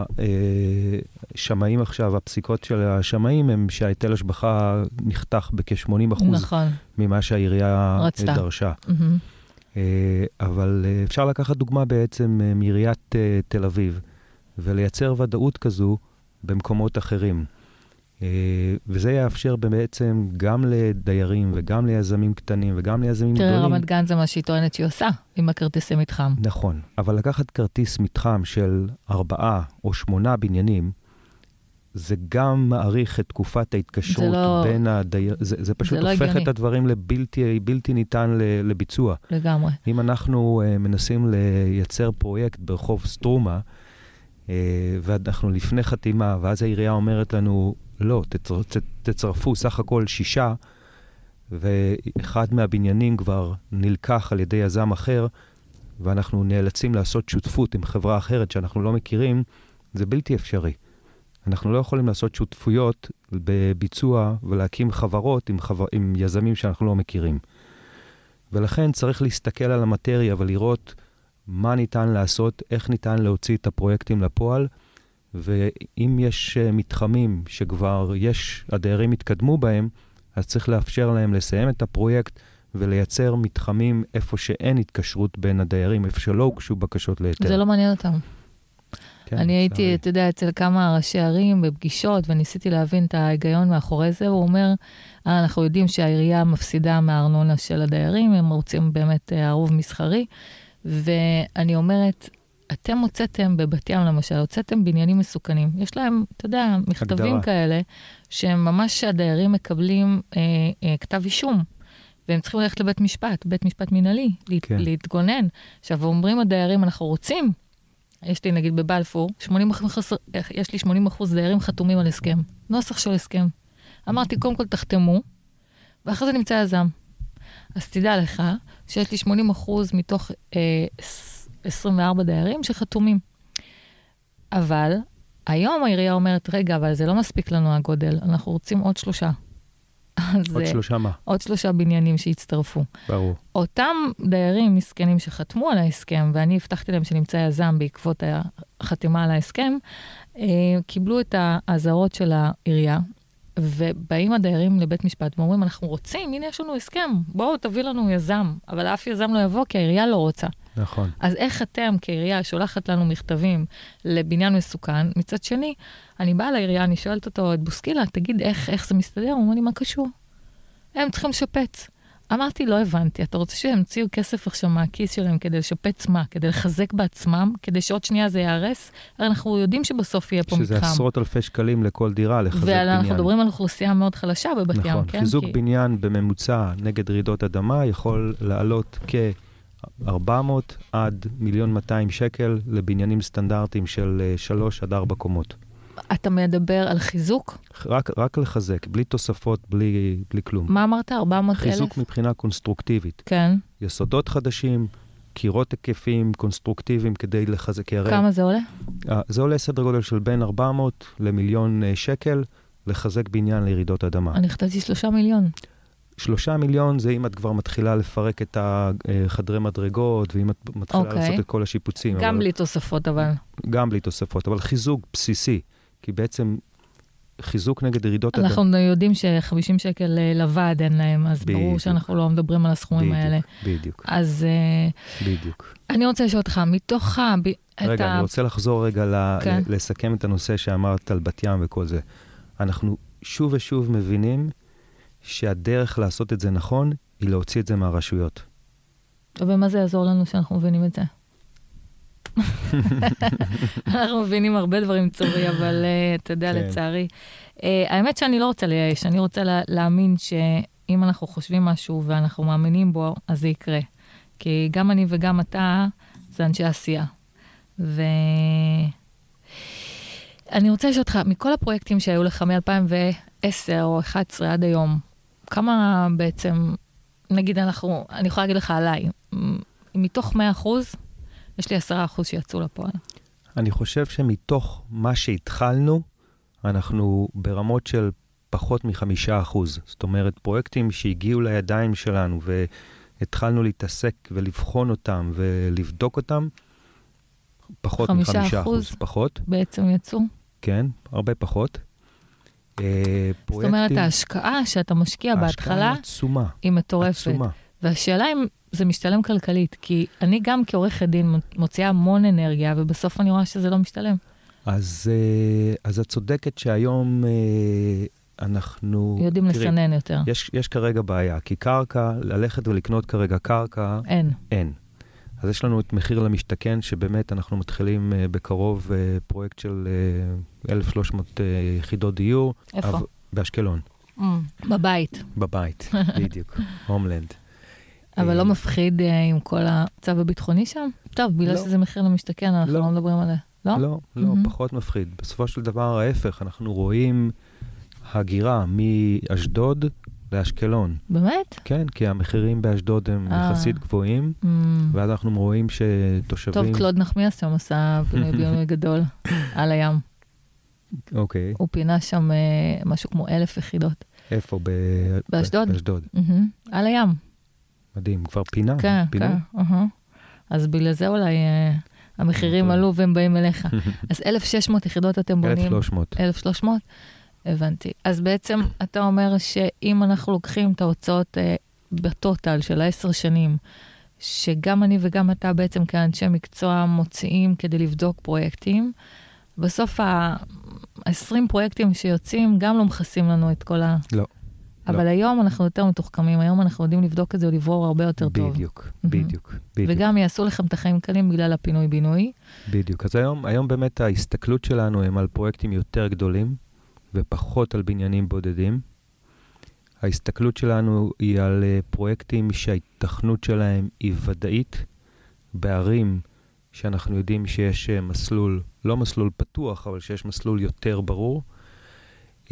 השמאים עכשיו, הפסיקות של השמאים, הם שההיטל השבחה נחתך בכ-שמונים אחוז נכון. ממה שהעירייה רצתה. דרשה. Mm-hmm. אבל אפשר לקחת דוגמה בעצם מעיריית תל אביב, ולייצר ודאות כזו במקומות אחרים. וזה יאפשר בעצם גם לדיירים וגם ליזמים קטנים וגם ליזמים גדולים. תראה, רמת גן זה מה שהיא טוענת שהיא עושה עם הכרטיסי מתחם. נכון, אבל לקחת כרטיס מתחם של ארבעה או שמונה בניינים, זה גם מעריך את תקופת ההתקשרות לא, בין הדייר... זה, זה פשוט זה לא הופך הגיוני. את הדברים לבלתי בלתי ניתן לביצוע. לגמרי. אם אנחנו uh, מנסים לייצר פרויקט ברחוב סטרומה, uh, ואנחנו לפני חתימה, ואז העירייה אומרת לנו, לא, תצר, תצרפו סך הכל שישה, ואחד מהבניינים כבר נלקח על ידי יזם אחר, ואנחנו נאלצים לעשות שותפות עם חברה אחרת שאנחנו לא מכירים, זה בלתי אפשרי. אנחנו לא יכולים לעשות שותפויות בביצוע ולהקים חברות עם, חבר... עם יזמים שאנחנו לא מכירים. ולכן צריך להסתכל על המטריה ולראות מה ניתן לעשות, איך ניתן להוציא את הפרויקטים לפועל, ואם יש מתחמים שכבר יש, הדיירים התקדמו בהם, אז צריך לאפשר להם לסיים את הפרויקט ולייצר מתחמים איפה שאין התקשרות בין הדיירים, איפה שלא הוגשו בקשות להיתר. זה לא מעניין אותם. כן, אני הייתי, צערי. אתה יודע, אצל כמה ראשי ערים בפגישות, וניסיתי להבין את ההיגיון מאחורי זה, הוא אומר, "אה, אנחנו יודעים שהעירייה מפסידה מהארנונה של הדיירים, הם רוצים באמת אה, ערוב מסחרי, ואני אומרת, אתם הוצאתם בבת ים למשל, הוצאתם בניינים מסוכנים. יש להם, אתה יודע, מכתבים הגדרה. כאלה, שהם ממש הדיירים מקבלים אה, אה, כתב אישום, והם צריכים ללכת לבית משפט, בית משפט מנהלי, להת, כן. להתגונן. עכשיו, אומרים הדיירים, אנחנו רוצים, יש לי נגיד בבלפור, שמונים אחוז, יש לי שמונים אחוז דיירים חתומים על הסכם, נוסח של הסכם. אמרתי, קודם כל תחתמו, ואחרי זה נמצא יזם. אז תדע לך שיש לי שמונים אחוז מתוך אה, עשרים וארבע דיירים שחתומים. אבל היום העירייה אומרת, רגע, אבל זה לא מספיק לנו הגודל, אנחנו רוצים עוד שלושה. עוד שלושה מה? עוד שלושה בניינים שהצטרפו. ברור. אותם דיירים מסכנים שחתמו על ההסכם, ואני הבטחתי להם שנמצא יזם בעקבות החתימה על ההסכם, קיבלו את האזהרות של העירייה, ובאים הדיירים לבית משפט ואומרים, אנחנו רוצים, הנה יש לנו הסכם, בואו תביא לנו יזם, אבל אף יזם לא יבוא כי העירייה לא רוצה. נכון. אז איך אתם כעירייה שולחת לנו מכתבים לבניין מסוכן, מצד שני, אני באה לעירייה, אני שואלת אותו, את בוסקילה, תגיד איך, איך זה מסתדר? הוא אומר לי, מה קשור? הם צריכים לשפץ. אמרתי, לא הבנתי, אתה רוצה שהם הציעו כסף עכשיו מהכיס שלהם כדי לשפץ מה? כדי לחזק בעצמם? כדי שעוד שנייה זה יערס? הרי אנחנו יודעים שבסוף יהיה פה מתחם. שזה עשרות אלפי שקלים לכל דירה לחזק בניין. ואנחנו מדברים על אוכלוסייה מאוד חלשה בבת ים, נכון, כן? חיזוק כי... בניין בממוצע נגד רעידות אדמה יכול לעלות כ-ארבע מאות עד מיליון מאתיים שקל לבניינים סטנדרטיים של שלוש עד ארבע קומות. אתה מדבר על חיזוק? רק, רק לחזק, בלי תוספות, בלי, בלי כלום. מה אמרת? ארבע מאות אלף? חיזוק מבחינה קונסטרוקטיבית. כן. יסודות חדשים, קירות היקפיים, קונסטרוקטיביים כדי לחזק. כמה זה עולה? זה עולה סדר גודל של בין ארבע מאות למיליון שקל לחזק בניין לירידות אדמה. אני חשבתי שלושה מיליון. שלושה מיליון זה אם את כבר מתחילה לפרק את החדרי מדרגות, ואם את מתחילה okay. לעשות את כל השיפוצים. גם אבל... בלי תוספות, אבל. גם בלי תוספות, אבל חיזוק בסיסי, כי בעצם חיזוק נגד ירידות אדמה. אנחנו יודעים ש-חמישים שקל לוועד אין להם, אז בדיוק. ברור שאנחנו לא מדברים על הסכומים בדיוק, האלה. בדיוק. אז בדיוק. אני רוצה לשאול אותך, מתוך ה... רגע, ה... אני רוצה לחזור רגע ל... כן. לסכם את הנושא שאמרת על בת ים וכל זה. אנחנו שוב ושוב מבינים שהדרך לעשות את זה נכון, היא להוציא את זה מהרשויות. ובמה זה יעזור לנו שאנחנו מבינים את זה? אנחנו מבינים הרבה דברים צורי, אבל אתה יודע, לצערי. האמת שאני לא רוצה לייאש, אני רוצה להאמין שאם אנחנו חושבים משהו ואנחנו מאמינים בו, אז זה יקרה. כי גם אני וגם אתה, זה אנשי עשייה. ואני רוצה לשאול אותך, מכל הפרויקטים שהיו לך מ-אלפיים ועשר או אחת עשרה עד היום, כמה בעצם, נגיד אנחנו, אני יכולה להגיד לך עליי, מתוך מאה אחוז, יש לי עשרה אחוז שיצאו לפועל. אני חושב שמתוך מה שהתחלנו, אנחנו ברמות של פחות מחמישה אחוז. זאת אומרת, פרויקטים שהגיעו לידיים שלנו, והתחלנו להתעסק ולבחון אותם ולבדוק אותם, פחות מחמישה אחוז. פחות. בעצם יצאו? כן, הרבה פחות. זאת אומרת, ההשקעה שאתה משקיע בהתחלה, היא מטורפת. והשאלה אם זה משתלם כלכלית, כי אני גם כעורך הדין מוציאה המון אנרגיה, ובסוף אני רואה שזה לא משתלם. אז, אז את צודקת שהיום אנחנו... יודעים לסנן יותר. יש, יש כרגע בעיה, כי קרקע, ללכת ולקנות כרגע קרקע... אין. אין. אז יש לנו את מחיר למשתכן, שבאמת אנחנו מתחילים בקרוב פרויקט של אלף ושלוש מאות יחידות דיור. איפה? אבל, באשקלון. Mm, בבית. בבית, בדיוק. הומלנד. אבל לא מפחיד עם כל הצו הביטחוני שם? טוב, בגלל שזה מחיר למשתכן, אנחנו לא מדברים עליה. לא? לא, לא, פחות מפחיד. בסופו של דבר, ההפך, אנחנו רואים הגירה מאשדוד לאשקלון. באמת? כן, כי המחירים באשדוד הם יחסית גבוהים, ואז אנחנו רואים שתושבים... טוב, קלוד נחמיאס שם עשה פינוי ביומי גדול על הים. אוקיי. הוא פינה שם משהו כמו אלף יחידות. איפה? באשדוד. באשדוד. על הים. מדהים, כבר פינה? כן, כן. אז בגלל זה אולי המחירים עלו והם באים אליך. אז אלף ושש מאות יחידות אתם בונים? אלף ושלוש מאות. אלף ושלוש מאות? הבנתי. אז בעצם אתה אומר שאם אנחנו לוקחים את ההוצאות בטוטל של העשר שנים, שגם אני וגם אתה בעצם כאנשי מקצוע מוציאים כדי לבדוק פרויקטים, בסוף ה-עשרים פרויקטים שיוצאים גם לא מכסים לנו את כל ה... לא. אבל לא. היום אנחנו יותר מתוחכמים, היום אנחנו יודעים לבדוק את זה ולברור הרבה יותר טוב. בדיוק, בדיוק, בדיוק. וגם יעשו לכם את החיים קלים בגלל הפינוי-בינוי. בדיוק. אז היום, היום באמת ההסתכלות שלנו הם על פרויקטים יותר גדולים, ופחות על בניינים בודדים. ההסתכלות שלנו היא על uh, פרויקטים שההתכנות שלהם היא ודאית, בערים שאנחנו יודעים שיש uh, מסלול, לא מסלול פתוח, אבל שיש מסלול יותר ברור, um,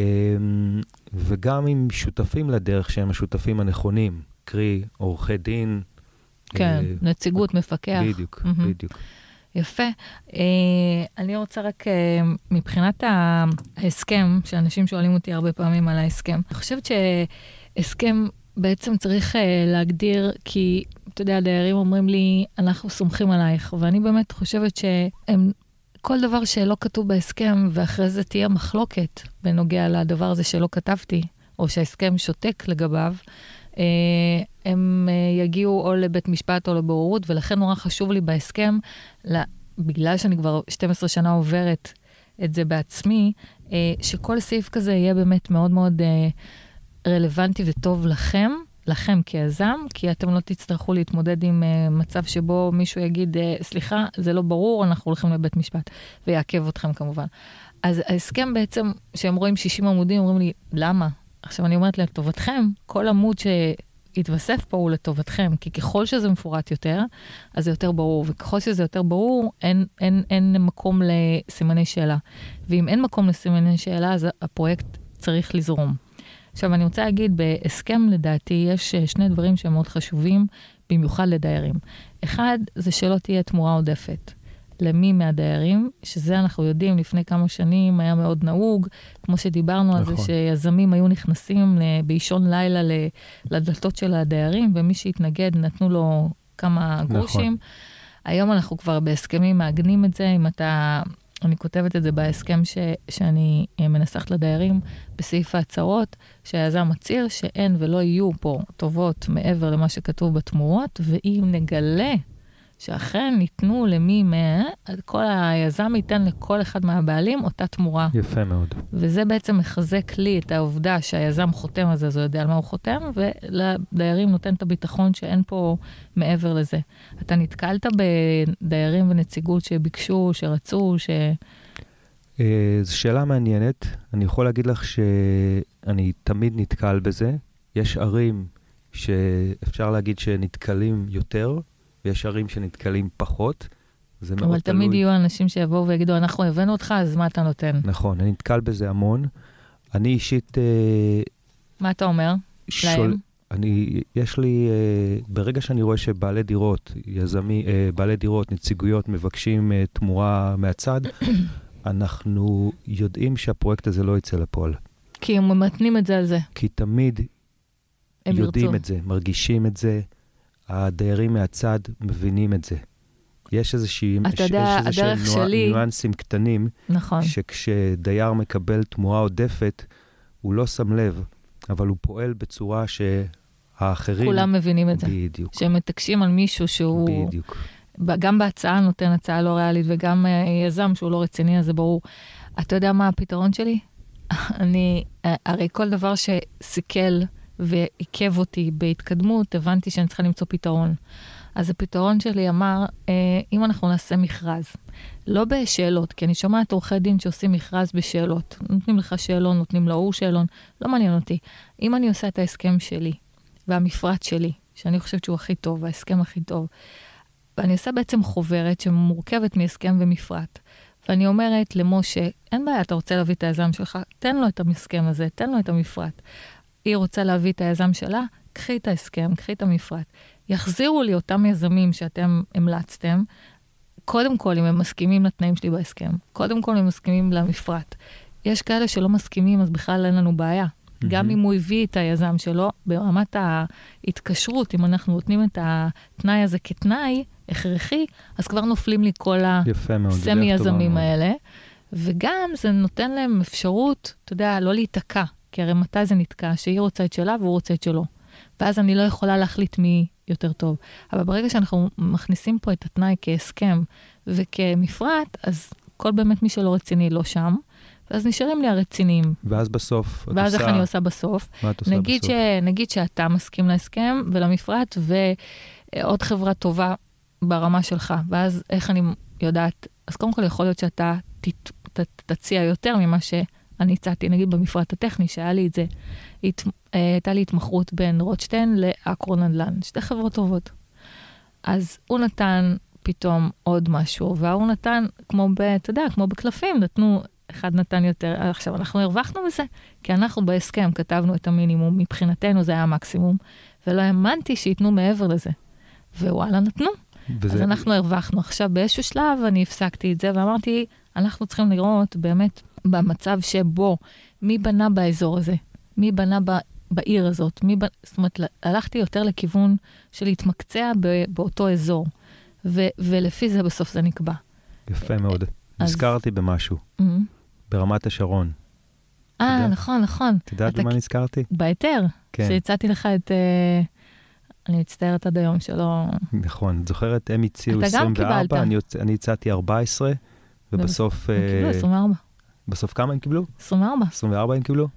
וגם עם שותפים לדרך שהם השותפים הנכונים, קרי עורכי דין. כן, uh, נציגות, מפקח. בדיוק, mm-hmm. בדיוק. יפה. Uh, אני רוצה רק uh, מבחינת ההסכם, שאנשים שואלים אותי הרבה פעמים על ההסכם. אני חושבת שהסכם בעצם צריך uh, להגדיר, כי אתה יודע, הדיירים אומרים לי, אנחנו סומכים עלייך, ואני באמת חושבת שהם, כל דבר שלא כתוב בהסכם, ואחרי זה תהיה מחלוקת בנוגע לדבר הזה שלא כתבתי, או שההסכם שותק לגביו, uh, הם uh, יגיעו או לבית משפט או לבוררות, ולכן נורא חשוב לי בהסכם, לה, בגלל שאני כבר שתים עשרה שנה עוברת את זה בעצמי, uh, שכל סעיף כזה יהיה באמת מאוד מאוד uh, רלוונטי וטוב לכם, לכם כיזם, כי אתם לא תצטרכו להתמודד עם uh, מצב שבו מישהו יגיד, uh, סליחה, זה לא ברור, אנחנו הולכים לבית משפט, ויעכב אתכם כמובן. אז ההסכם בעצם, שהם רואים שישים עמודים, אומרים לי, למה? עכשיו אני אומרת לטובתכם, כל עמוד שהתווסף פה הוא לטובתכם, כי ככל שזה מפורט יותר, אז זה יותר ברור, וככל שזה יותר ברור, אין, אין, אין מקום לסימני שאלה. ואם אין מקום לסימני שאלה, אז הפרויקט צריך לזרום. עכשיו אני רוצה להגיד, בהסכם לדעתי, יש שני דברים שהם מאוד חשובים, במיוחד לדיירים. אחד, זה שלא תהיה תמורה עודפת. למי מהדיירים, שזה אנחנו יודעים, לפני כמה שנים היה מאוד נהוג, כמו שדיברנו נכון. על זה שיזמים היו נכנסים באישון לילה לדלתות של הדיירים, ומי שהתנגד נתנו לו כמה גרושים. נכון. היום אנחנו כבר בהסכמים מעגנים את זה, אם אתה, אני כותבת את זה בהסכם ש, שאני מנסחת לדיירים, בסעיף ההצהרות, שהיזם מצהיר שאין ולא יהיו פה טובות מעבר למה שכתוב בתמורות, ואם נגלה שאכן ניתנו למי מה, כל היזם ייתן לכל אחד מהבעלים אותה תמורה. יפה מאוד. וזה בעצם מחזק לי את העובדה שהיזם חותם על זה, אז הוא יודע על מה הוא חותם, ולדיירים נותן את הביטחון שאין פה מעבר לזה. אתה נתקלת בדיירים ונציגות שביקשו, שרצו, ש... זו שאלה מעניינת. אני יכול להגיד לך שאני תמיד נתקל בזה. יש ערים שאפשר להגיד שנתקלים יותר, ויש ערים שנתקלים פחות. זה מאוד תלוי. אבל תמיד יהיו אנשים שיבואו ויגידו, אנחנו הבאנו אותך, אז מה אתה נותן? נכון, אני נתקל בזה המון. אני אישית... מה אתה אומר? שול... אני, יש לי, ברגע שאני רואה שבעלי דירות, יזמי, בעלי דירות, נציגויות, מבקשים תמורה מהצד, אנחנו יודעים שהפרויקט הזה לא יצא לפועל. כי הם מתנים את זה על זה. כי תמיד יודעים ירצו. את זה, מרגישים את זה, הדיירים מהצד מבינים את זה. יש איזושהי, אתה יודע, הדרך נוע, שלי... ניואנסים קטנים, נכון. שכשדייר מקבל תמורה עודפת, הוא לא שם לב, אבל הוא פועל בצורה שהאחרים... כולם מבינים את זה. בדיוק. שהם מתקשים על מישהו שהוא... בדיוק. גם בהצעה נותן הצעה לא ריאלית, וגם יזם שהוא לא רציני, אז זה ברור. אתה יודע מה הפתרון שלי? אני, הרי כל דבר שסיכל ועיכב אותי בהתקדמות, הבנתי שאני צריכה למצוא פתרון. אז הפתרון שלי אמר, אם אנחנו נעשה מכרז, לא בשאלות, כי אני שומעת עורכי דין שעושים מכרז בשאלות. נותנים לך שאלון, נותנים לו שאלון, לא מעניין אותי. אם אני עושה את ההסכם שלי, והמפרט שלי, שאני חושבת שהוא הכי טוב, ההסכם הכי טוב, ואני עושה בעצם חוברת שמורכבת מהסכם ומפרט. ואני אומרת למשה, אין בעיה, אתה רוצה להביא את היזם שלך, תן לו את ההסכם הזה, תן לו את המפרט. היא רוצה להביא את היזם שלה, קחי את ההסכם, קחי את המפרט. יחזירו לי אותם יזמים שאתם המלצתם, קודם כל אם הם מסכימים לתנאים שלי בהסכם, קודם כל הם מסכימים למפרט. יש כאלה שלא מסכימים, אז בכלל אין לנו בעיה. Mm-hmm. גם אם הוא הביא את היזם שלו, ברמת ההתקשרות, אם אנחנו נותנים את התנאי הזה כתנאי הכרחי, אז כבר נופלים לי כל הסמי יזמים האלה. וגם זה נותן להם אפשרות, אתה יודע, לא להיתקע, כי הרי מתי זה נתקע, שהיא רוצה את שלה והוא רוצה את שלו. ואז אני לא יכולה להחליט מי יותר טוב. אבל ברגע שאנחנו מכניסים פה את התנאי כהסכם וכמפרט, אז כל באמת מי שלא רציני לא שם, ואז נשארים לי הרציניים. ואז בסוף, ואז איך אני עושה בסוף? מה את עושה נגיד בסוף? ש, נגיד שאתה מסכים להסכם ולמפרט, ועוד חברה טובה ברמה שלך, ואז איך אני יודעת, אז קודם כל יכול להיות שאתה ת, ת, תציע יותר ממה שאני הצעתי, נגיד במפרט הטכני, שהיה לי את זה, הת, הייתה לי התמחרות בין רוטשטיין לאקרון נדל"ן, שתי חברות טובות. אז הוא נתן פתאום עוד משהו, והוא נתן, כמו ב, אתה יודע, כמו בקלפים, נתנו, אחד נתן יותר, עכשיו אנחנו הרווחנו בזה, כי אנחנו בהסכם כתבנו את המינימום, מבחינתנו זה היה המקסימום, ולא האמנתי שיתנו מעבר לזה. ווואלה, נתנו. וזה... אז אנחנו הרווחנו. עכשיו, באיזשהו שלב אני הפסקתי את זה, ואמרתי, אנחנו צריכים לראות באמת במצב שבו, מי בנה באזור הזה, מי בנה ב... בעיר הזאת, מי בנ... זאת אומרת, הלכתי יותר לכיוון של להתמקצע ב... באותו אזור, ו... ולפי זה בסוף זה נקבע. יפה מאוד. אז... נזכרתי במשהו, mm-hmm. ברמת השרון. אה, נכון, נכון. אתה יודעת במה נזכרתי? בהיתר, כן. שהצעתי לך את... אני מצטערת עד היום שלא... נכון, את זוכרת, הם הציעו עשרים וארבע, אני, אני הצעתי ארבע עשרה, ובסוף... הם קיבלו עשרים וארבע. בסוף כמה הם קיבלו? עשרים וארבע. עשרים וארבע הם קיבלו?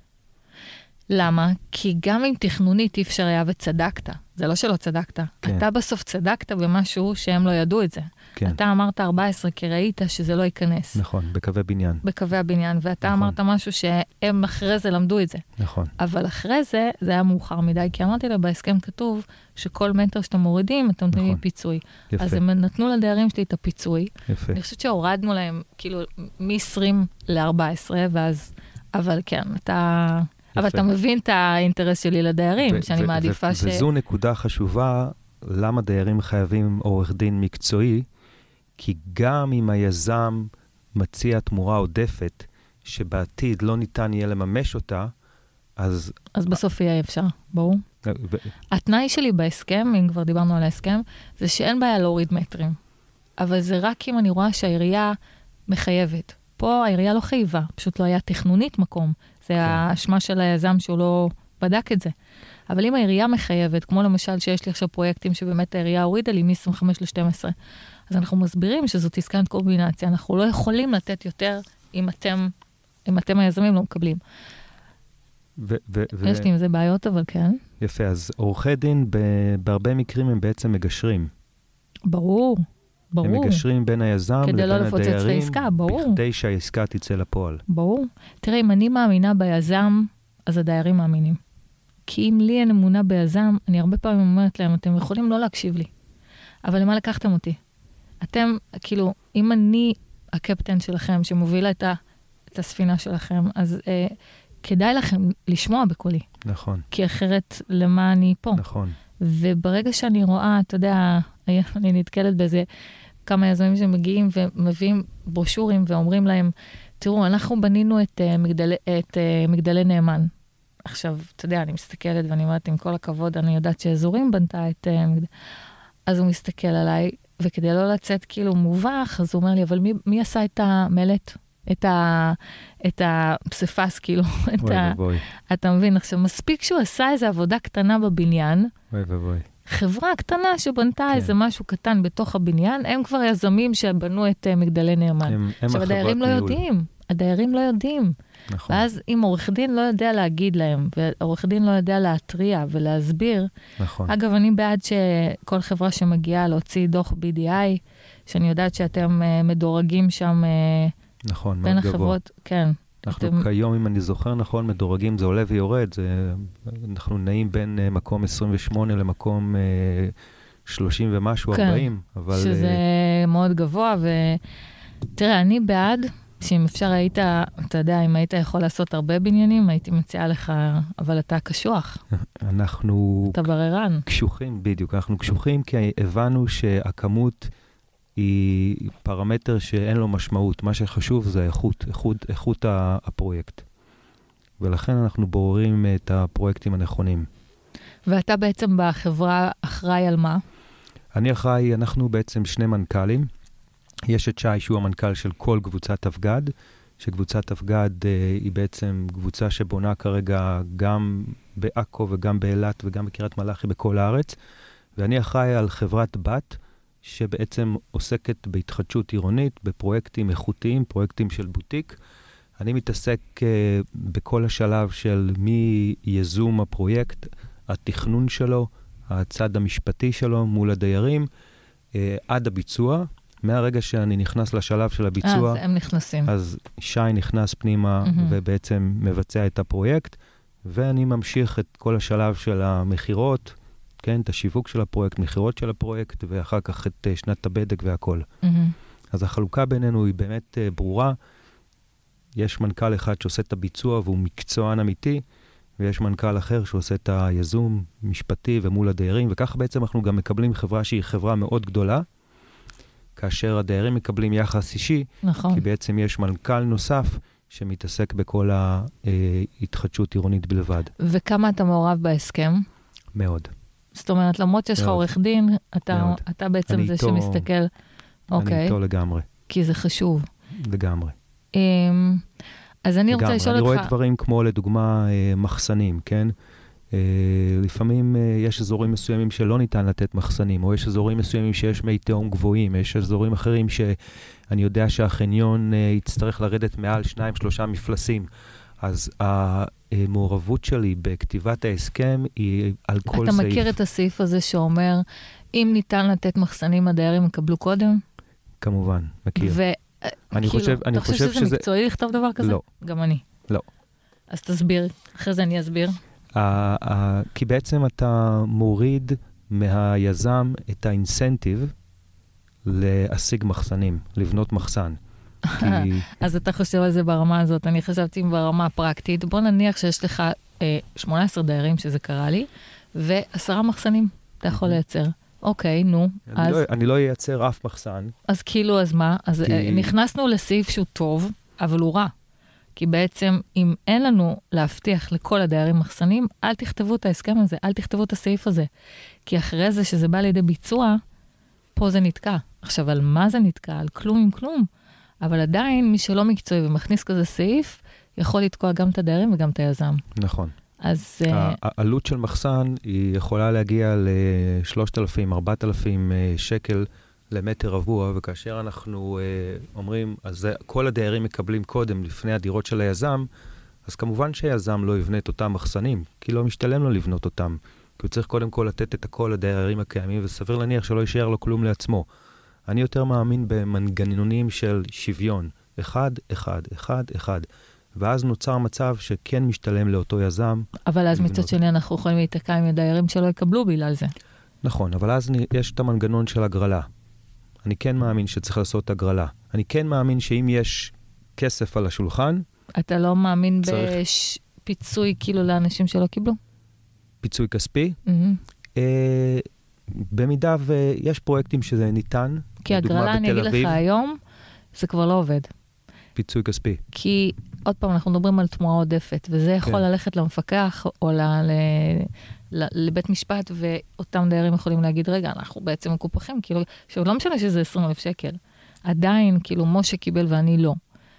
למה? כי גם אם תכנונית אי אפשר היה וצדקת, זה לא שלא צדקת, כן. אתה בסוף צדקת במשהו שהם לא ידעו את זה. כן. אתה אמרת ארבע עשרה כי ראית שזה לא ייכנס. נכון, בקווי בניין. בקווי הבניין, ואתה נכון. אמרת משהו שהם אחרי זה למדו את זה. נכון. אבל אחרי זה, זה היה מאוחר מדי, כי אמרתי לה, בהסכם כתוב שכל מטר שאתם מורידים, אתם נותנים נכון. פיצוי. יפה. אז הם נתנו לדיירים שלי את הפיצוי. יפה. אני חושבת שהורדנו להם, כאילו, מ-עשרים ל-ארבע עשרה, ואז, אבל כן, אתה... אבל אתה מבין את האינטרס שלי לדיירים, שאני מעדיפה ש... וזו נקודה חשובה, למה דיירים חייבים עורך דין מקצועי, כי גם אם היזם מציע תמורה עודפת, שבעתיד לא ניתן יהיה לממש אותה, אז... אז בסוף יהיה אפשר, ברור. התנאי שלי בהסכם, אם כבר דיברנו על ההסכם, זה שאין בעיה להוריד מטרים. אבל זה רק אם אני רואה שהעירייה מחייבת. פה העירייה לא חייבה, פשוט לא היה תכנונית מקום. זה האשמה של היזם שהוא לא בדק את זה. אבל אם העירייה מחייבת, כמו למשל שיש לי עכשיו פרויקטים שבאמת העירייה הורידה לי מ-עשרים וחמש ל-שתים עשרה, אז אנחנו מסבירים שזאת עסקת קומבינציה. אנחנו לא יכולים לתת יותר אם אתם, אם אתם היזמים לא מקבלים. ו- ו- יש לי עם זה בעיות, אבל כן. יפה, אז עורכי דין בהרבה מקרים הם בעצם מגשרים. ברור. ברור. הם מגשרים בין היזם לבין לא הדיירים, העסקה, ברור. בכדי שהעסקה תצא לפועל. ברור. תראה, אם אני מאמינה ביזם, אז הדיירים מאמינים. כי אם לי אין אמונה ביזם, אני הרבה פעמים אומרת להם, אתם יכולים לא להקשיב לי. אבל למה לקחתם אותי? אתם, כאילו, אם אני הקפטן שלכם, שמובילה את, ה, את הספינה שלכם, אז אה, כדאי לכם לשמוע בקולי. נכון. כי אחרת, למה אני פה? נכון. וברגע שאני רואה, אתה יודע, אני נתקלת בזה, כמה יזמים שמגיעים ומביאים ברושורים ואומרים להם, תראו, אנחנו בנינו את, uh, מגדלי, את uh, מגדלי נאמן. עכשיו, אתה יודע, אני מסתכלת ואני אומרת, עם כל הכבוד, אני יודעת שאזורים בנתה את uh, מגדלי... אז הוא מסתכל עליי, וכדי לא לצאת כאילו מובך, אז הוא אומר לי, אבל מי, מי עשה את המלט? את, ה, את הפספס, כאילו. בואי ובואי. אתה מבין, עכשיו, מספיק שהוא עשה איזו עבודה קטנה בבניין, בואי ובואי. חברה קטנה שבנתה כן. איזה משהו קטן בתוך הבניין, הם כבר יזמים שבנו את uh, מגדלי נאמן. הם, הם עכשיו, הדיירים לא יודעים. הדיירים לא יודעים. נכון. ואז אם עורך דין לא יודע להגיד להם, ועורך דין לא יודע להטריע ולהסביר, נכון. אגב, אני בעד שכל חברה שמגיעה להוציא דוח בי די איי, שאני יודעת שאתם uh, מדורגים שם uh, נכון, בין מאוד החברות, גבוה. כן. אנחנו אתם... כיום, אם אני זוכר נכון, מדורגים, זה עולה ויורד, זה, אנחנו נעים בין uh, מקום עשרים ושמונה למקום uh, שלושים ומשהו, כן, ארבעים, אבל... שזה uh, מאוד גבוה, ותראה, אני בעד, שאם אפשר היית, אתה יודע, אם היית יכול לעשות הרבה בניינים, הייתי מציעה לך, אבל אתה קשוח. אנחנו... אתה בררן. קשוחים, בדיוק, אנחנו קשוחים כי הבנו שהכמות... היא פרמטר שאין לו משמעות. מה שחשוב זה איכות, איכות, איכות הפרויקט. ולכן אנחנו בוררים את הפרויקטים הנכונים. ואתה בעצם בחברה אחראי על מה? אני אחראי, אנחנו בעצם שני מנכ"לים. יש את שי שהוא המנכ"ל של כל קבוצת אבגד, שקבוצת אבגד היא בעצם קבוצה שבונה כרגע גם בעכו וגם באילת וגם בקריית מלאכי בכל הארץ, ואני אחראי על חברת בת, שבעצם עוסקת בהתחדשות עירונית, בפרויקטים איכותיים, פרויקטים של בוטיק. אני מתעסק uh, בכל השלב של מי יזום הפרויקט, התכנון שלו, הצד המשפטי שלו מול הדיירים, uh, עד הביצוע. מהרגע שאני נכנס לשלב של הביצוע, אז הם נכנסים. אז שי נכנס פנימה mm-hmm. ובעצם מבצע את הפרויקט, ואני ממשיך את כל השלב של המחירות, כן, את השיווק של הפרויקט, מחירות של הפרויקט, ואחר כך את uh, שנת הבדק והכל. Mm-hmm. אז החלוקה בינינו היא באמת uh, ברורה. יש מנכ"ל אחד שעושה את הביצוע והוא מקצוען אמיתי, ויש מנכ"ל אחר שעושה את היזום משפטי ומול הדיירים, וכך בעצם אנחנו גם מקבלים חברה שהיא חברה מאוד גדולה, כאשר הדיירים מקבלים יחס אישי, נכון. כי בעצם יש מנכ"ל נוסף שמתעסק בכל ההתחדשות עירונית בלבד. וכמה אתה מעורב בהסכם? מאוד. זאת אומרת, למרות שיש לך עורך דין, אתה, אתה בעצם זה איתו, שמסתכל. אני אוקיי. איתו לגמרי. כי זה חשוב. לגמרי. אז אני לגמרי. רוצה לשאול אני אותך... אני רואה דברים כמו לדוגמה מחסנים, כן? לפעמים יש אזורים מסוימים שלא ניתן לתת מחסנים, או יש אזורים מסוימים שיש מי תהום גבוהים, יש אזורים אחרים שאני יודע שהחניון יצטרך לרדת מעל שניים, שלושה מפלסים. אז המעורבות שלי בכתיבת ההסכם היא על כל אתה סעיף. מכיר את הסעיף הזה שאומר, אם ניתן לתת מחסנים, הדיירים יקבלו קודם? כמובן, מכיר. ו... אני כאילו, חושב, אני אתה חושב חושב שזה, שזה מקצועי לכתוב דבר כזה? לא. גם אני. לא. אז תסביר, אחרי זה אני אסביר. Uh, uh, כי בעצם אתה מוריד מהיזם את האינסנטיב להשיג מחסנים, לבנות מחסן. כי... אז אתה חושב על זה ברמה הזאת, אני חשבתי ברמה הפרקטית. בוא נניח שיש לך אה, שמונה עשרה דיירים, שזה קרה לי, ועשרה מחסנים אתה יכול לייצר. אוקיי, נו. אני, אז... לא, אני לא ייצר אף מחסן. אז כאילו, אז מה? אז כי... נכנסנו לסעיף שהוא טוב, אבל הוא רע. כי בעצם, אם אין לנו להבטיח לכל הדיירים מחסנים, אל תכתבו את ההסכם הזה, אל תכתבו את הסעיף הזה. כי אחרי זה שזה בא לידי ביצוע, פה זה נתקע. עכשיו, על מה זה נתקע? על כלום עם כלום. אבל עדיין, מי שלא מקצועי ומכניס כזה סעיף, יכול לתקוע גם את הדיירים וגם את היזם. נכון. אז... העלות של מחסן היא יכולה להגיע ל-שלושת אלפים, ארבעת אלפים שקל למטר רבוע, וכאשר אנחנו uh, אומרים, אז כל הדיירים מקבלים קודם, לפני הדירות של היזם, אז כמובן שהיזם לא יבנה את אותם מחסנים, כי לא משתלם לו לבנות אותם, כי הוא צריך קודם כל לתת את הכל לדיירים הקיימים, וסביר להניח שלא יישאר לו כלום לעצמו. אני יותר מאמין במנגנונים של שוויון, אחד, אחד, אחד, אחד, ואז נוצר מצב שכן משתלם לאותו יזם. אבל אז מצד שני אנחנו יכולים להתקע עם הדיירים שלא יקבלו בגלל זה. נכון, אבל אז יש את המנגנון של הגרלה. אני כן מאמין שצריך לעשות הגרלה. אני כן מאמין שאם יש כסף על השולחן... אתה לא מאמין בפיצוי כאילו לאנשים שלא קיבלו? פיצוי כספי? Mm-hmm. אה, במידה ויש פרויקטים שזה ניתן. כי הגרלה, אני אגיד לך היום, זה כבר לא עובד. פיצוי כספי. כי עוד פעם אנחנו מדברים על תמורה עודפת, וזה יכול כן. ללכת למפקח או ל... לבית משפט, ואותם דיירים יכולים להגיד, רגע, אנחנו בעצם מקופחים, כאילו, עכשיו, לא משנה שזה עשרים אלף שקל. עדיין, כאילו, משה קיבל ואני לא.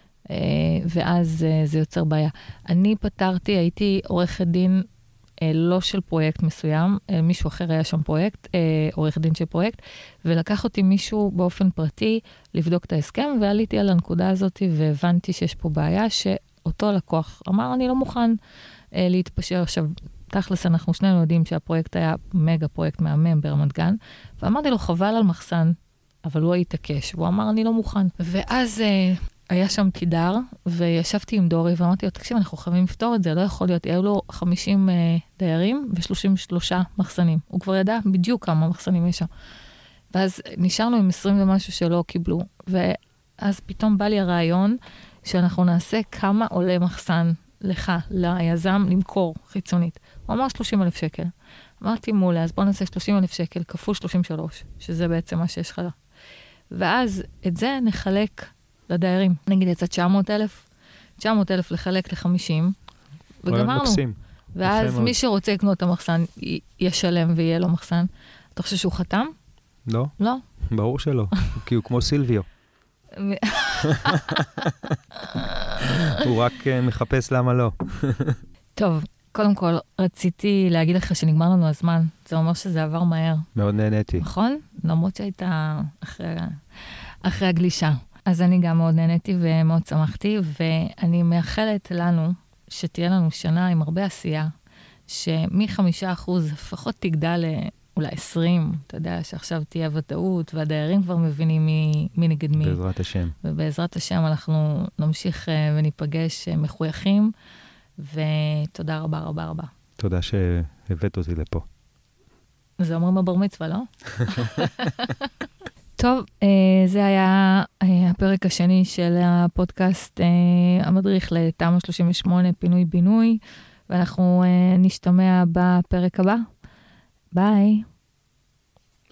ואז זה יוצר בעיה. אני פתרתי, הייתי עורכת דין, לא של פרויקט מסוים, מישהו אחר היה שם פרויקט, עורך דין של פרויקט, ולקח אותי מישהו באופן פרטי לבדוק את ההסכם, ועליתי על הנקודה הזאת, והבנתי שיש פה בעיה, שאותו לקוח אמר, אני לא מוכן להתפשר. עכשיו, תכלס, אנחנו שנינו יודעים שהפרויקט היה מגה פרויקט מהמם ברמת גן, ואמרתי לו, חבל על מחסן, אבל הוא התעקש, והוא אמר, אני לא מוכן. ואז אה, היה שם תידר, וישבתי עם דורי, ואמרתי לו, תקשיב, אנחנו חייבים לפתור את זה, לא יכול להיות, היו לו חמישים אה, דיירים, ו-שלושים ושלושה מחסנים. הוא כבר ידע בדיוק כמה מחסנים יש שם. ואז נשארנו עם עשרים ומשהו שלא קיבלו, ואז פתאום בא לי הרעיון, שאנחנו נעשה כמה עולה מחסן, לך, ליזם, למכור חיצונית. הוא אמר שלושים אלף שקל. אמרתי מולה, אז בוא נעשה שלושים אלף שקל, כפול שלושים ושלוש, שזה בעצם מה שיש לך. ואז את זה נחלק לדיירים. נגיד יצא תשע מאות אלף, תשע מאות אלף לחלק ל-חמישים, וגמרנו. מקסים. ואז מי שרוצה לקנות את המחסן, ישלם ויהיה לו מחסן. אתה חושב שהוא חתם? לא. לא? ברור שלא, כי הוא כמו סילביו. הוא רק מחפש למה לא. טוב, קודם כל, רציתי להגיד לך שנגמר לנו הזמן. זה אומר שזה עבר מהר. מאוד נהניתי. נכון? למרות שהייתה אחרי, אחרי הגלישה. אז אני גם מאוד נהניתי ומאוד שמחתי, ואני מאחלת לנו שתהיה לנו שנה עם הרבה עשייה, שמ-חמישה אחוז לפחות תגדל לאולי עשרים, אתה יודע שעכשיו תהיה ודאות, והדיירים כבר מבינים מי, מי נגד מי. בעזרת השם. ובעזרת השם אנחנו נמשיך וניפגש מחויכים, ותודה רבה רבה רבה. תודה שהבאת אותי לפה. זה אומרים בבר מצווה, לא? טוב, זה היה הפרק השני של הפודקאסט המדריך לתמ"א שלושים ושמונה פינוי בינוי, ואנחנו נשתמע בפרק הבא. ביי.